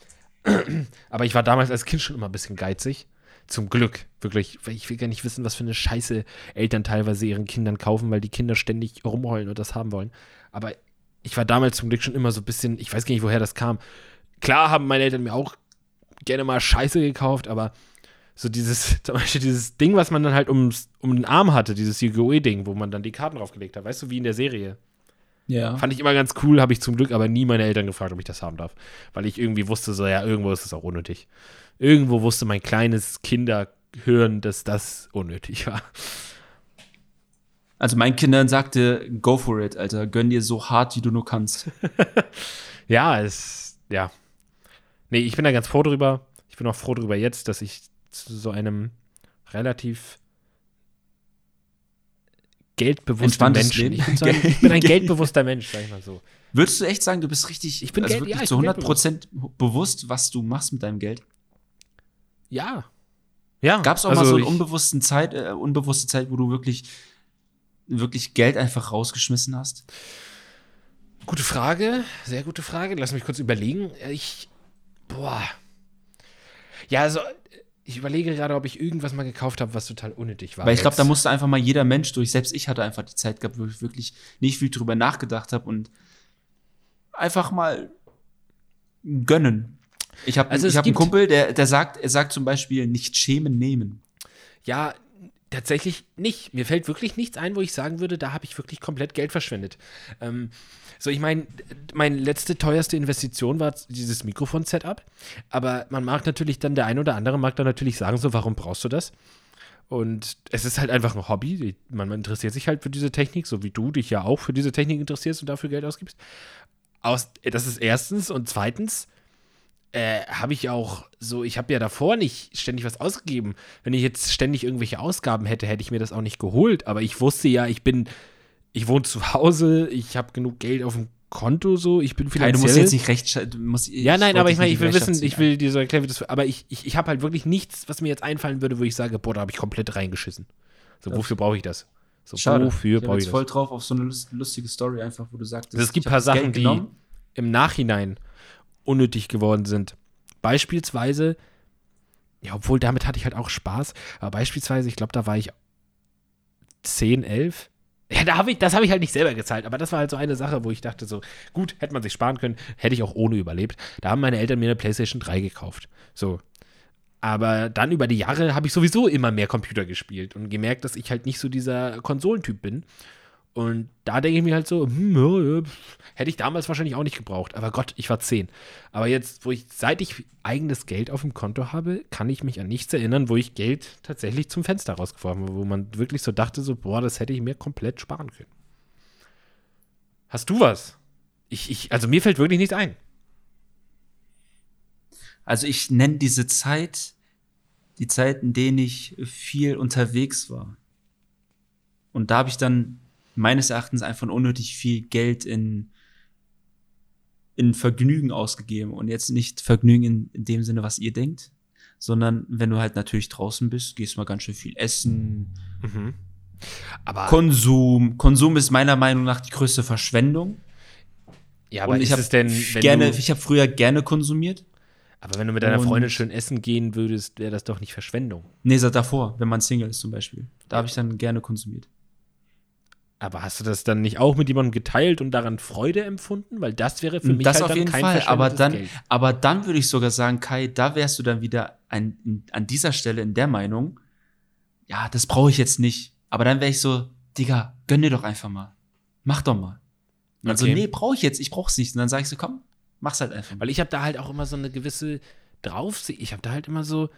Aber ich war damals als Kind schon immer ein bisschen geizig. Zum Glück, wirklich. Weil ich will gar nicht wissen, was für eine Scheiße Eltern teilweise ihren Kindern kaufen, weil die Kinder ständig rumheulen und das haben wollen. Aber ich war damals zum Glück schon immer so ein bisschen, ich weiß gar nicht, woher das kam. Klar haben meine Eltern mir auch gerne mal Scheiße gekauft, aber so dieses, zum Beispiel dieses Ding, was man dann halt ums, um den Arm hatte, dieses Yu-Gi-Oh!-Ding, wo man dann die Karten draufgelegt hat, weißt du, wie in der Serie. Ja. Fand ich immer ganz cool, habe ich zum Glück aber nie meine Eltern gefragt, ob ich das haben darf. Weil ich irgendwie wusste, so, ja, irgendwo ist es auch unnötig. Irgendwo wusste mein kleines Kinderhirn, dass das unnötig war. Also meinen Kindern sagte, go for it, Alter. Gönn dir so hart, wie du nur kannst. Ja, es, ja. Nee, ich bin da ganz froh drüber. Ich bin auch froh drüber jetzt, dass ich zu so einem relativ geldbewussten Entspanntes Menschen. Leben. Ich, bin so ein, ich bin ein geldbewusster Mensch, sag ich mal so. Würdest du echt sagen, du bist richtig, Ich bin also Geld- wirklich ja, ich zu bin hundert Prozent bewusst, was du machst mit deinem Geld? Ja. Ja. Gab es auch also mal so eine ich- unbewussten Zeit, äh, unbewusste Zeit, wo du wirklich, wirklich Geld einfach rausgeschmissen hast? Gute Frage, sehr gute Frage. Lass mich kurz überlegen. Ich, boah. Ja, also, ich überlege gerade, ob ich irgendwas mal gekauft habe, was total unnötig war. Weil ich glaube, jetzt. da musste einfach mal jeder Mensch durch. Selbst ich hatte einfach die Zeit gehabt, wo ich wirklich nicht viel drüber nachgedacht habe und einfach mal gönnen. Ich habe Also es ich hab einen gibt- Kumpel, der, der sagt, er sagt zum Beispiel nicht schämen, nehmen. Ja, tatsächlich nicht. Mir fällt wirklich nichts ein, wo ich sagen würde, da habe ich wirklich komplett Geld verschwendet. Ähm, so, ich meine, meine letzte teuerste Investition war dieses Mikrofon-Setup. Aber man mag natürlich dann, der ein oder andere mag dann natürlich sagen, so, warum brauchst du das? Und es ist halt einfach ein Hobby. Man, man interessiert sich halt für diese Technik, so wie du dich ja auch für diese Technik interessierst und dafür Geld ausgibst. Aus, das ist erstens. Und zweitens äh, habe ich auch so, ich habe ja davor nicht ständig was ausgegeben. Wenn ich jetzt ständig irgendwelche Ausgaben hätte, hätte ich mir das auch nicht geholt. Aber ich wusste ja, ich bin, ich wohne zu Hause, ich habe genug Geld auf dem Konto, so, ich bin finanziell. Kai, du musst jetzt nicht recht, du musst, ja, nein, aber ich meine, ich will wissen, ziehen, ich will dir so erklären, wie das, aber ich, ich, ich habe halt wirklich nichts, was mir jetzt einfallen würde, wo ich sage, boah, da habe ich komplett reingeschissen. So, ja. Wofür brauche ich das? So, schade. Wofür brauche ich ich das? voll drauf auf so eine lustige Story einfach, wo du sagst, es gibt ein paar Sachen, die im Nachhinein unnötig geworden sind. Beispielsweise, ja, obwohl damit hatte ich halt auch Spaß, aber beispielsweise, ich glaube, da war ich zehn, elf. Ja, da hab ich, das habe ich halt nicht selber gezahlt, aber das war halt so eine Sache, wo ich dachte so, gut, hätte man sich sparen können, hätte ich auch ohne überlebt. Da haben meine Eltern mir eine PlayStation drei gekauft. So. Aber dann über die Jahre habe ich sowieso immer mehr Computer gespielt und gemerkt, dass ich halt nicht so dieser Konsolentyp bin. Und da denke ich mir halt so, hm, ja, ja, hätte ich damals wahrscheinlich auch nicht gebraucht. Aber Gott, ich war zehn. Aber jetzt, wo ich, seit ich eigenes Geld auf dem Konto habe, kann ich mich an nichts erinnern, wo ich Geld tatsächlich zum Fenster rausgeworfen habe, wo man wirklich so dachte, so, boah, das hätte ich mir komplett sparen können. Hast du was? Ich, ich, also mir fällt wirklich nichts ein. Also ich nenne diese Zeit, die Zeit, in denen ich viel unterwegs war. Und da habe ich dann meines Erachtens einfach unnötig viel Geld in, in Vergnügen ausgegeben. Und jetzt nicht Vergnügen in, in dem Sinne, was ihr denkt, sondern wenn du halt natürlich draußen bist, gehst mal ganz schön viel essen. Mhm. Aber Konsum. Konsum ist meiner Meinung nach die größte Verschwendung. Ja, aber und ist ich es denn, wenn gerne, du, ich habe früher gerne konsumiert. Aber wenn du mit deiner und Freundin schön essen gehen würdest, wäre das doch nicht Verschwendung. Nee, seit davor, wenn man Single ist zum Beispiel. Da habe ich dann gerne konsumiert. Aber hast du das dann nicht auch mit jemandem geteilt und daran Freude empfunden? Weil das wäre für mich das halt auf dann jeden kein Fall. Aber verschwendetes dann, Geld. aber dann würde ich sogar sagen, Kai, da wärst du dann wieder ein, an dieser Stelle in der Meinung, ja, das brauche ich jetzt nicht. Aber dann wäre ich so, Digga, gönn dir doch einfach mal. Mach doch mal. Also, Okay. nee, brauche ich jetzt, ich brauch's nicht. Und dann sage ich so, komm, mach's halt einfach mal. Weil ich habe da halt auch immer so eine gewisse Draufsicht. Ich habe da halt immer so,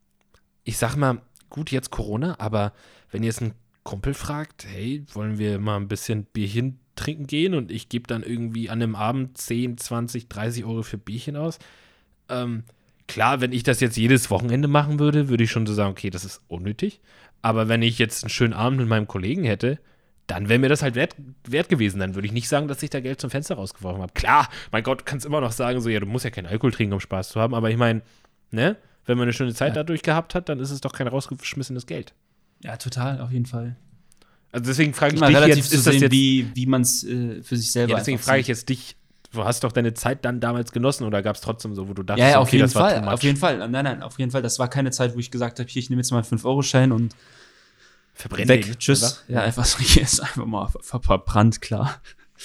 ich sag mal, gut, jetzt Corona, aber wenn jetzt ein Kumpel fragt, hey, wollen wir mal ein bisschen Bierchen trinken gehen und ich gebe dann irgendwie an einem Abend zehn, zwanzig, dreißig Euro für Bierchen aus. Ähm, klar, wenn ich das jetzt jedes Wochenende machen würde, würde ich schon so sagen, okay, das ist unnötig. Aber wenn ich jetzt einen schönen Abend mit meinem Kollegen hätte, dann wäre mir das halt wert, wert gewesen. Dann würde ich nicht sagen, dass ich da Geld zum Fenster rausgeworfen habe. Klar, mein Gott, du kannst immer noch sagen, so, ja, du musst ja keinen Alkohol trinken, um Spaß zu haben. Aber ich meine, ne, wenn man eine schöne Zeit Ja. dadurch gehabt hat, dann ist es doch kein rausgeschmissenes Geld. Ja, total, auf jeden Fall. Also deswegen frage ich Immer dich relativ jetzt, zu ist das sehen, jetzt, wie, wie man es äh, für sich selber ja, deswegen einfach frage ich sieht. jetzt dich, du hast doch deine Zeit dann damals genossen oder gab es trotzdem so, wo du dachtest, Ja, ja, auf okay, jeden das war Fall, too much? auf jeden Fall. Nein, nein, auf jeden Fall. Das war keine Zeit, wo ich gesagt habe, hier, ich nehme jetzt mal einen fünf Euro Schein und Verbrenn weg, den, tschüss. oder? Ja, einfach so, hier ist einfach mal ver verbrannt, klar.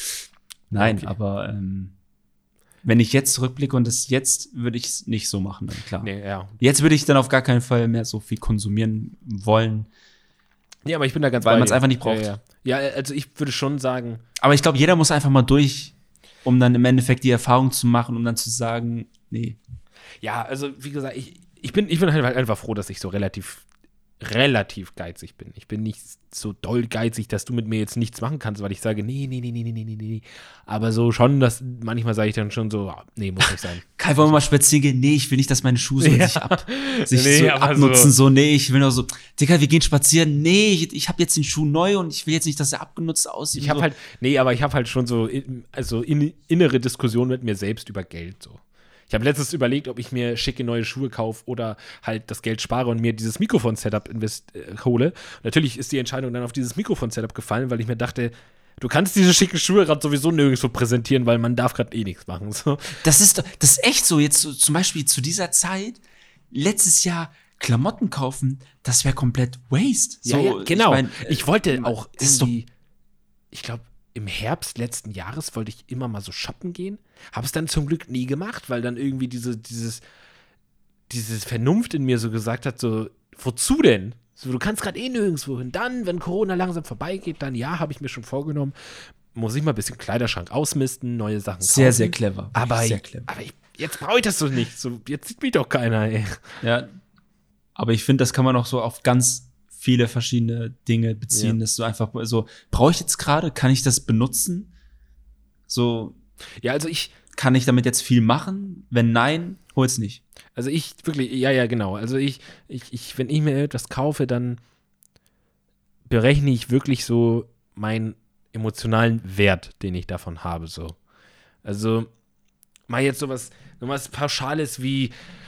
Nein, Okay. aber ähm, wenn ich jetzt zurückblicke und das jetzt, würde ich es nicht so machen, dann klar. Nee, ja. Jetzt würde ich dann auf gar keinen Fall mehr so viel konsumieren wollen. Nee, aber ich bin da ganz Weil bei man's dir. einfach nicht braucht. Ja, ja. ja, also ich würde schon sagen, Aber ich glaube, jeder muss einfach mal durch, um dann im Endeffekt die Erfahrung zu machen, um dann zu sagen, nee. ja, also wie gesagt, ich, ich, bin, ich bin halt einfach froh, dass ich so relativ, relativ geizig bin. Ich bin nicht so doll geizig, dass du mit mir jetzt nichts machen kannst, weil ich sage, nee, nee, nee, nee, nee, nee, nee, nee. Aber so schon, dass manchmal sage ich dann schon so, ah, nee, muss nicht sein. Kai, wollen wir mal spazieren gehen? Nee, ich will nicht, dass meine Schuhe so Ja. sich, ab, sich Nee, so aber abnutzen. so- So. nee, ich will nur so, Digga, wir gehen spazieren. Nee, ich, ich habe jetzt den Schuh neu und ich will jetzt nicht, dass er abgenutzt aussieht. Ich habe so. halt, nee, aber ich habe halt schon so, in- also in, innere Diskussion mit mir selbst über Geld so. Ich habe letztens überlegt, ob ich mir schicke neue Schuhe kaufe oder halt das Geld spare und mir dieses Mikrofon-Setup invest äh, hole. Und natürlich ist die Entscheidung dann auf dieses Mikrofon-Setup gefallen, weil ich mir dachte, du kannst diese schicken Schuhe gerade sowieso nirgendwo präsentieren, weil man darf gerade eh nichts machen. So. Das ist, doch- das ist echt so. Jetzt so, zum Beispiel zu dieser Zeit, letztes Jahr Klamotten kaufen, das wäre komplett Waste. So, ja, ja, genau. Ich, mein, äh, wollte auch das ist doch- irgendwie, ich glaube, im Herbst letzten Jahres wollte ich immer mal so shoppen gehen. Habe es dann zum Glück nie gemacht, weil dann irgendwie diese, dieses, dieses Vernunft in mir so gesagt hat, so, wozu denn? So, du kannst gerade eh nirgendwo hin. Dann, wenn Corona langsam vorbeigeht, dann ja, habe ich mir schon vorgenommen, muss ich mal ein bisschen Kleiderschrank ausmisten, neue Sachen kaufen. Sehr, sehr clever. Aber, sehr clever. aber ich, jetzt brauche ich das so nicht. So, jetzt sieht mich doch keiner, ey. Ja, aber ich finde, das kann man auch so auf ganz viele verschiedene Dinge beziehen, ja. dass du einfach so, brauche ich jetzt gerade, kann ich das benutzen? So, ja, also ich kann ich damit jetzt viel machen? Wenn nein, hol's nicht. Also ich wirklich, ja, ja, genau. Also ich, ich, ich, wenn ich mir etwas kaufe, dann berechne ich wirklich so meinen emotionalen Wert, den ich davon habe, so. Also mal jetzt sowas, sowas Pauschales wie,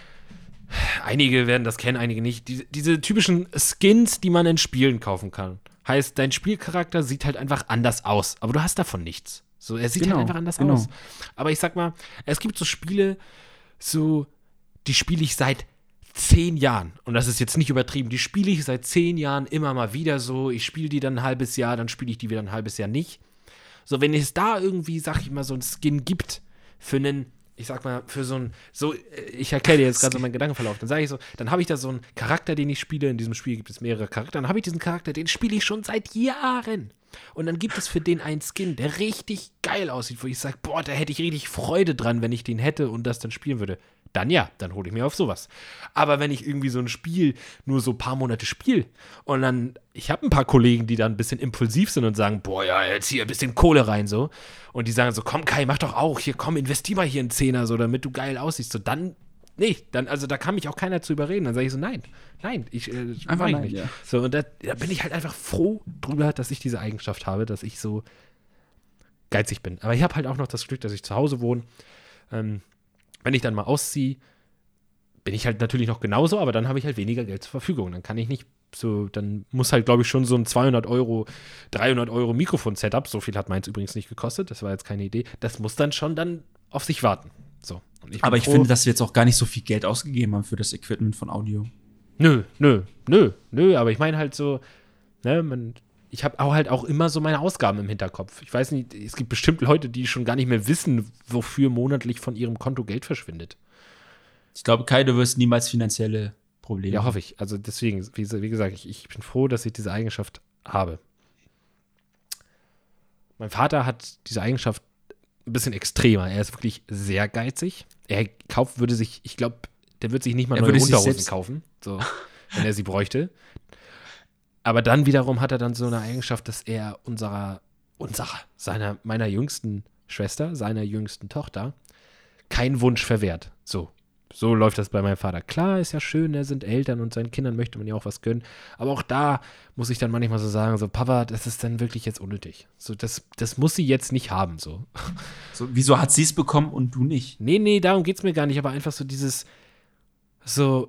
einige werden das kennen, einige nicht, diese, diese typischen Skins, die man in Spielen kaufen kann. Heißt, dein Spielcharakter sieht halt einfach anders aus, aber du hast davon nichts. So, er sieht genau, halt einfach anders genau. aus. Aber ich sag mal, es gibt so Spiele, so, die spiele ich seit zehn Jahren. Und das ist jetzt nicht übertrieben. Die spiele ich seit zehn Jahren immer mal wieder so. Ich spiele die dann ein halbes Jahr, dann spiele ich die wieder ein halbes Jahr nicht. So, wenn es da irgendwie, sag ich mal, so einen Skin gibt für einen, ich sag mal, für so ein, so, ich erkläre dir jetzt gerade so meinen Gedankenverlauf, dann sage ich so, dann habe ich da so einen Charakter, den ich spiele, in diesem Spiel gibt es mehrere Charakter, dann habe ich diesen Charakter, den spiele ich schon seit Jahren. Und dann gibt es für den einen Skin, der richtig geil aussieht, wo ich sage, boah, da hätte ich richtig Freude dran, wenn ich den hätte und das dann spielen würde. Dann ja, dann hole ich mir auf sowas. Aber wenn ich irgendwie so ein Spiel nur so ein paar Monate spiele und dann, ich habe ein paar Kollegen, die dann ein bisschen impulsiv sind und sagen, boah, ja, jetzt hier ein bisschen Kohle rein, so. Und die sagen so, komm Kai, mach doch auch, hier, komm, investier mal hier einen Zehner, so, damit du geil aussiehst. So, dann, nee, dann, also da kann mich auch keiner zu überreden. Dann sage ich so, nein, nein, ich, äh, einfach ich nein, nicht. Ja. So, und da, da bin ich halt einfach froh drüber, dass ich diese Eigenschaft habe, dass ich so geizig bin. Aber ich habe halt auch noch das Glück, dass ich zu Hause wohne. Ähm, Wenn ich dann mal ausziehe, bin ich halt natürlich noch genauso, aber dann habe ich halt weniger Geld zur Verfügung. Dann kann ich nicht so, dann muss halt, glaube ich, schon so ein zweihundert Euro, dreihundert Euro Mikrofon-Setup, so viel hat meins übrigens nicht gekostet, das war jetzt keine Idee, das muss dann schon dann auf sich warten. So. Und ich aber ich froh, finde, dass wir jetzt auch gar nicht so viel Geld ausgegeben haben für das Equipment von Audio. Nö, nö, nö, nö, aber ich meine halt so, ne, man, ich habe auch halt auch immer so meine Ausgaben im Hinterkopf. Ich weiß nicht, es gibt bestimmt Leute, die schon gar nicht mehr wissen, wofür monatlich von ihrem Konto Geld verschwindet. Ich glaube, Kai, du wirst niemals finanzielle Probleme. Ja, hoffe ich. Also deswegen, wie, wie gesagt, ich, ich bin froh, dass ich diese Eigenschaft habe. Mein Vater hat diese Eigenschaft ein bisschen extremer. Er ist wirklich sehr geizig. Er kauft, würde sich, ich glaube, der würde sich nicht mal Er neue würde sich Unterhosen selbst- kaufen, so, wenn er sie bräuchte. Aber dann wiederum hat er dann so eine Eigenschaft, dass er unserer, unserer, seiner, meiner jüngsten Schwester, seiner jüngsten Tochter, keinen Wunsch verwehrt. So. So läuft das bei meinem Vater. Klar, ist ja schön, er sind Eltern und seinen Kindern möchte man ja auch was gönnen. Aber auch da muss ich dann manchmal so sagen, so, Papa, das ist dann wirklich jetzt unnötig. So, das, das muss sie jetzt nicht haben, so. So, wieso hat sie es bekommen und du nicht? Nee, nee, darum geht's mir gar nicht, aber einfach so dieses, so,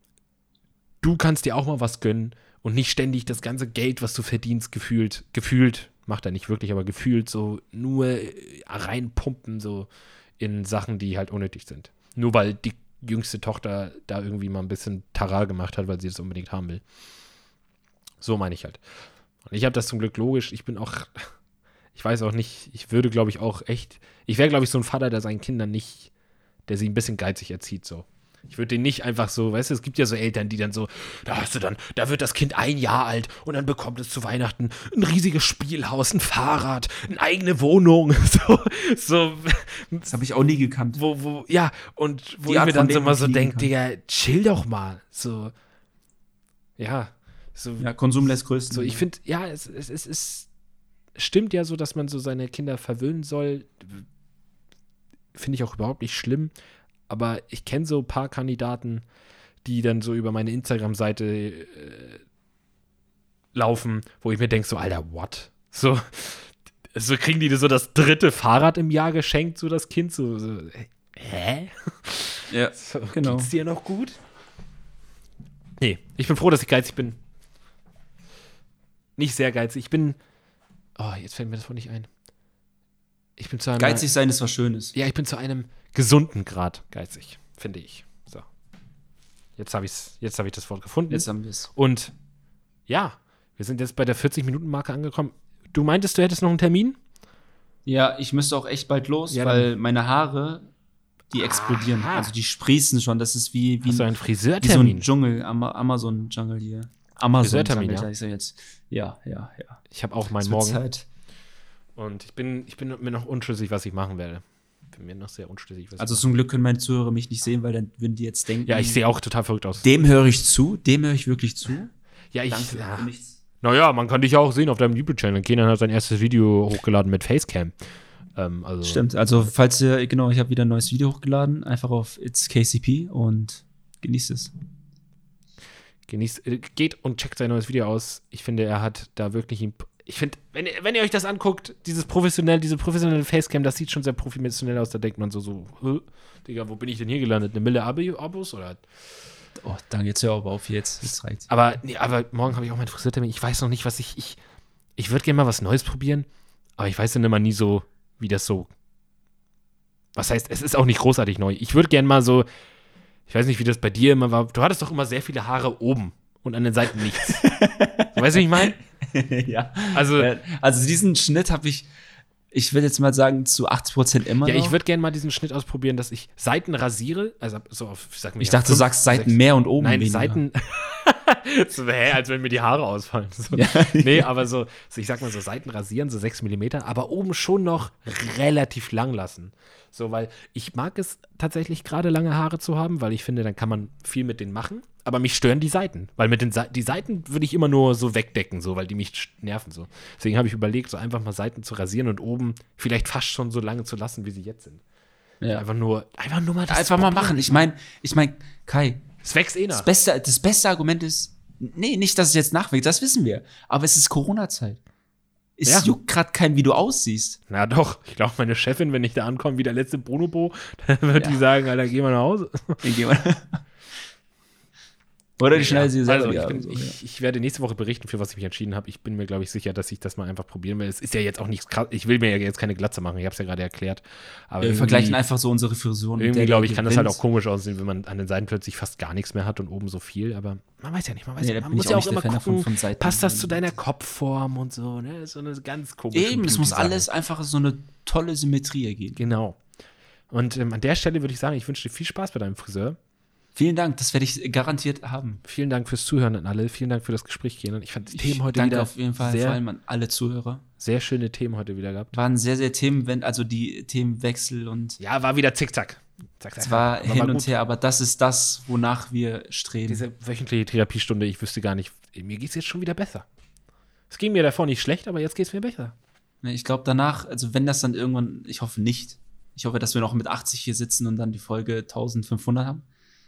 du kannst dir auch mal was gönnen und nicht ständig das ganze Geld, was du verdienst, gefühlt, gefühlt, macht er nicht wirklich, aber gefühlt so nur reinpumpen, so in Sachen, die halt unnötig sind. Nur weil die jüngste Tochter da irgendwie mal ein bisschen Tara gemacht hat, weil sie das unbedingt haben will. So meine ich halt. Und ich habe das zum Glück logisch. Ich bin auch, ich weiß auch nicht, ich würde, glaube ich, auch echt, ich wäre, glaube ich, so ein Vater, der seinen Kindern nicht, der sie ein bisschen geizig erzieht, so. Ich würde den nicht einfach so, weißt du, es gibt ja so Eltern, die dann so, da hast du dann, da wird das Kind ein Jahr alt und dann bekommt es zu Weihnachten ein riesiges Spielhaus, ein Fahrrad, eine eigene Wohnung, so, so. Das habe ich auch nie gekannt. Wo, wo, ja, und wo Die ich Art mir von dann so Leben mal so fliegen denke, kann. Digga, chill doch mal, so, ja, so, Ja, Konsum lässt größten. so ich finde, ja, es, es, es, es stimmt ja so, dass man so seine Kinder verwöhnen soll, finde ich auch überhaupt nicht schlimm. Aber ich kenne so ein paar Kandidaten, die dann so über meine Instagram-Seite äh, laufen, wo ich mir denke, so, Alter, what? So, so kriegen die so das dritte Fahrrad im Jahr geschenkt, so das Kind, so, so hä? Ja, So, genau. Geht's dir noch gut? Nee, ich bin froh, dass ich geizig bin. Nicht sehr geizig. Ich bin, oh, jetzt fällt mir das wohl nicht ein. Ich bin zu einem, Geizig sein ist was Schönes. ja, ich bin zu einem gesunden Grad geizig, finde ich. So. Jetzt habe ich's, jetzt habe ich das Wort gefunden. Jetzt haben wir es. Und ja, wir sind jetzt bei der vierzig-Minuten-Marke angekommen. Du meintest, du hättest noch einen Termin? Ja, ich müsste auch echt bald los, Ja, weil meine Haare, die explodieren. Aha. Also die sprießen schon. Das ist wie, wie, Hast du einen wie so ein Friseurtermin? Dschungel, Ama- Amazon-Dschungel hier. Amazon Friseurtermin, sammelt. ja. Ich sag jetzt, ja, ja, ja. Ich habe auch meinen Es wird Morgen. Zeit. Und ich bin, ich bin mir noch unschlüssig, was ich machen werde. Bin mir noch sehr unschlüssig, was Also ich zum Glück können meine Zuhörer mich nicht sehen, weil dann würden die jetzt denken, Ja, ich sehe auch total verrückt aus. dem höre ich zu, dem höre ich wirklich zu. Ja, ich. Danke Ja. für nichts. Naja, man kann dich ja auch sehen auf deinem YouTube-Channel. Kenan hat sein erstes Video hochgeladen mit Facecam. Ähm, also Stimmt, also falls ihr, genau, ich habe wieder ein neues Video hochgeladen, einfach auf It's K C P und genießt es. Genießt, äh, geht und checkt sein neues Video aus. Ich finde, er hat da wirklich ein. Ich finde, wenn, ihr- wenn ihr euch das anguckt, dieses professionell, diese professionelle Facecam, das sieht schon sehr professionell aus. Da denkt man so, so, Hä? Digga, wo bin ich denn hier gelandet? Eine Mille Abi- Abos oder? Oh, danke, jetzt hör aber auf jetzt. Jetzt reicht's. Aber, nee, aber morgen habe ich auch meinen Friseurtermin. Ich weiß noch nicht, was ich. Ich, ich würde gerne mal was Neues probieren, aber ich weiß dann immer nie so, wie das so. Was heißt, es ist auch nicht großartig neu. Ich würde gerne mal so. Ich weiß nicht, wie das bei dir immer war. Du hattest doch immer sehr viele Haare oben und an den Seiten nichts. Weißt du, wie ich meine? ja. Also, Äh, Also diesen Schnitt habe ich, ich würde jetzt mal sagen, zu achtzig Prozent immer ja, noch. ich würde gerne mal diesen Schnitt ausprobieren, dass ich Seiten rasiere. Also, so auf, sag mir Ich ja, dachte, du fünf, sagst Seiten sechs. mehr und oben Nein, weniger. Seiten. so, hä, als wenn mir die Haare ausfallen. So. Ja. Nee, aber so, so, ich sag mal so Seiten rasieren, so sechs Millimeter, aber oben schon noch relativ lang lassen. So, weil ich mag es tatsächlich gerade lange Haare zu haben, weil ich finde, dann kann man viel mit denen machen. Aber mich stören die Seiten, weil mit den Seiten, die Seiten würde ich immer nur so wegdecken, so, weil die mich nerven so. Deswegen habe ich überlegt, so einfach mal Seiten zu rasieren und oben vielleicht fast schon so lange zu lassen, wie sie jetzt sind. Ja. Einfach nur, einfach nur mal das Einfach mal machen. Ich meine, ich meine, Kai, Es wächst eh das nach. beste, das beste Argument ist, nee, nicht, dass es jetzt nachwächst, das wissen wir. Aber es ist Corona-Zeit. Es Ja. juckt gerade kein, wie du aussiehst. Na doch, ich glaube, meine Chefin, wenn ich da ankomme, wie der letzte Bonobo, dann wird Ja. die sagen, Alter, geh mal nach Hause. Dann gehen wir- Oder die schneiden sie selber. Also, ich, wieder bin, oder so, ich, ich werde nächste Woche berichten, für was ich mich entschieden habe. Ich bin mir, glaube ich, sicher, dass ich das mal einfach probieren will. Es ist ja jetzt auch nichts krass. Ich will mir ja jetzt keine Glatze machen, ich habe es ja gerade erklärt. Aber Wir irgendwie- vergleichen einfach so unsere Frisuren. mit Irgendwie, der, glaube der ich, kann das halt gewinnt. auch komisch aussehen, wenn man an den Seiten plötzlich fast gar nichts mehr hat und oben so viel. Aber man weiß ja nicht, man weiß Nee, ja, da man bin muss ich ja auch auch nicht immer der Fan gucken, davon, von Seiten- passt das zu deiner Kopfform und so. Ne? So eine ganz komische Eben, es muss Beauty-Sache. alles einfach so eine tolle Symmetrie ergeben. Genau. Und ähm, an der Stelle würde ich sagen, ich wünsche dir viel Spaß bei deinem Friseur. Vielen Dank, das werde ich garantiert haben. Vielen Dank fürs Zuhören an alle. Vielen Dank für das Gespräch, Kenan. Ich fand die Ich Themen heute danke wieder auf jeden Fall sehr, vor allem an alle Zuhörer. sehr schöne Themen heute wieder gehabt. Waren sehr, sehr Themen, wenn, also die Themenwechsel und Ja, war wieder zickzack. Zack, zack. es war Aber hin und gut. her, aber das ist das, wonach wir streben. Diese wöchentliche Therapiestunde, ich wüsste gar nicht, mir geht es jetzt schon wieder besser. Es ging mir davor nicht schlecht, aber jetzt geht es mir besser. Ne, Ich glaube danach, also wenn das dann irgendwann, ich hoffe nicht, ich hoffe, dass wir noch mit achtzig hier sitzen und dann die Folge eintausendfünfhundert haben.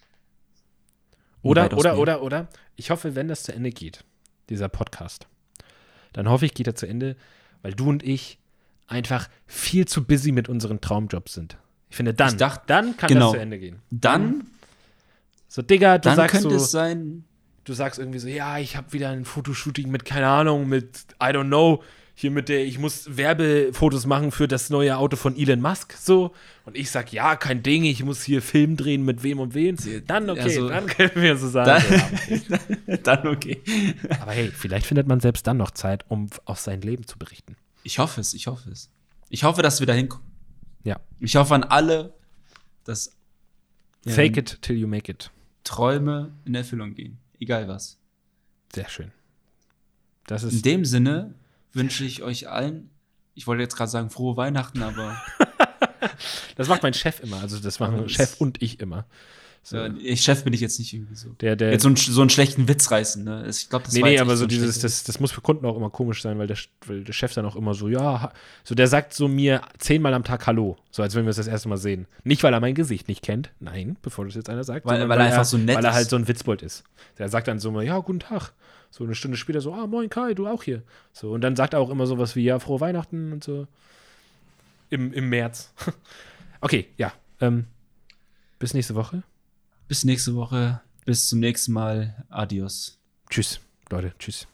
Oder, Weitaus oder, mehr. oder, oder, ich hoffe, wenn das zu Ende geht, dieser Podcast, dann hoffe ich, geht er zu Ende, weil du und ich einfach viel zu busy mit unseren Traumjobs sind. Ich finde, dann, Ich dachte- dann kann genau. das zu Ende gehen. Dann, So, Digga, du dann sagst könnte so, es sein, du sagst irgendwie so, ja, ich habe wieder ein Fotoshooting mit, keine Ahnung, mit, I don't know, hier mit der, ich muss Werbefotos machen für das neue Auto von Elon Musk, so. Und ich sag, ja, kein Ding, ich muss hier Film drehen mit wem und wen. Dann okay, Also, dann können wir so sagen. dann, so, ja. dann okay. Aber hey, vielleicht findet man selbst dann noch Zeit, um aus seinem Leben zu berichten. Ich hoffe es, ich hoffe es. Ich hoffe, dass wir da hinkommen. Ja. Ich hoffe an alle, dass ja, Fake it till you make it. Träume in Erfüllung gehen. Egal was. Sehr schön. Das In ist dem Sinne wünsche ich euch allen, ich wollte jetzt gerade sagen, frohe Weihnachten, aber das macht mein Chef immer. Also das machen Aber das- Chef und ich immer. So. äh, ich Chef bin ich jetzt nicht irgendwie so. Der, der, Jetzt so, ein, so einen schlechten Witz reißen, ne? Ich glaube, das nee, war nee, jetzt aber echt so ein dieses, schlechter das, das muss für Kunden auch immer komisch sein, weil der, weil der Chef dann auch immer so, ja, ha- so der sagt so mir zehnmal am Tag Hallo, so als wenn wir es das erste Mal sehen. Nicht, weil er mein Gesicht nicht kennt, nein, bevor das jetzt einer sagt, Weil- sondern weil er einfach so nett weil er ist. halt so ein Witzbold ist. Der sagt dann so mal, ja, guten Tag. So eine Stunde später so, ah, moin Kai, du auch hier. So, und dann sagt er auch immer sowas wie, ja, frohe Weihnachten und so. Im, im März. Okay, ja. Ähm, bis nächste Woche. Bis nächste Woche. Bis zum nächsten Mal. Adios. Tschüss, Leute. Tschüss.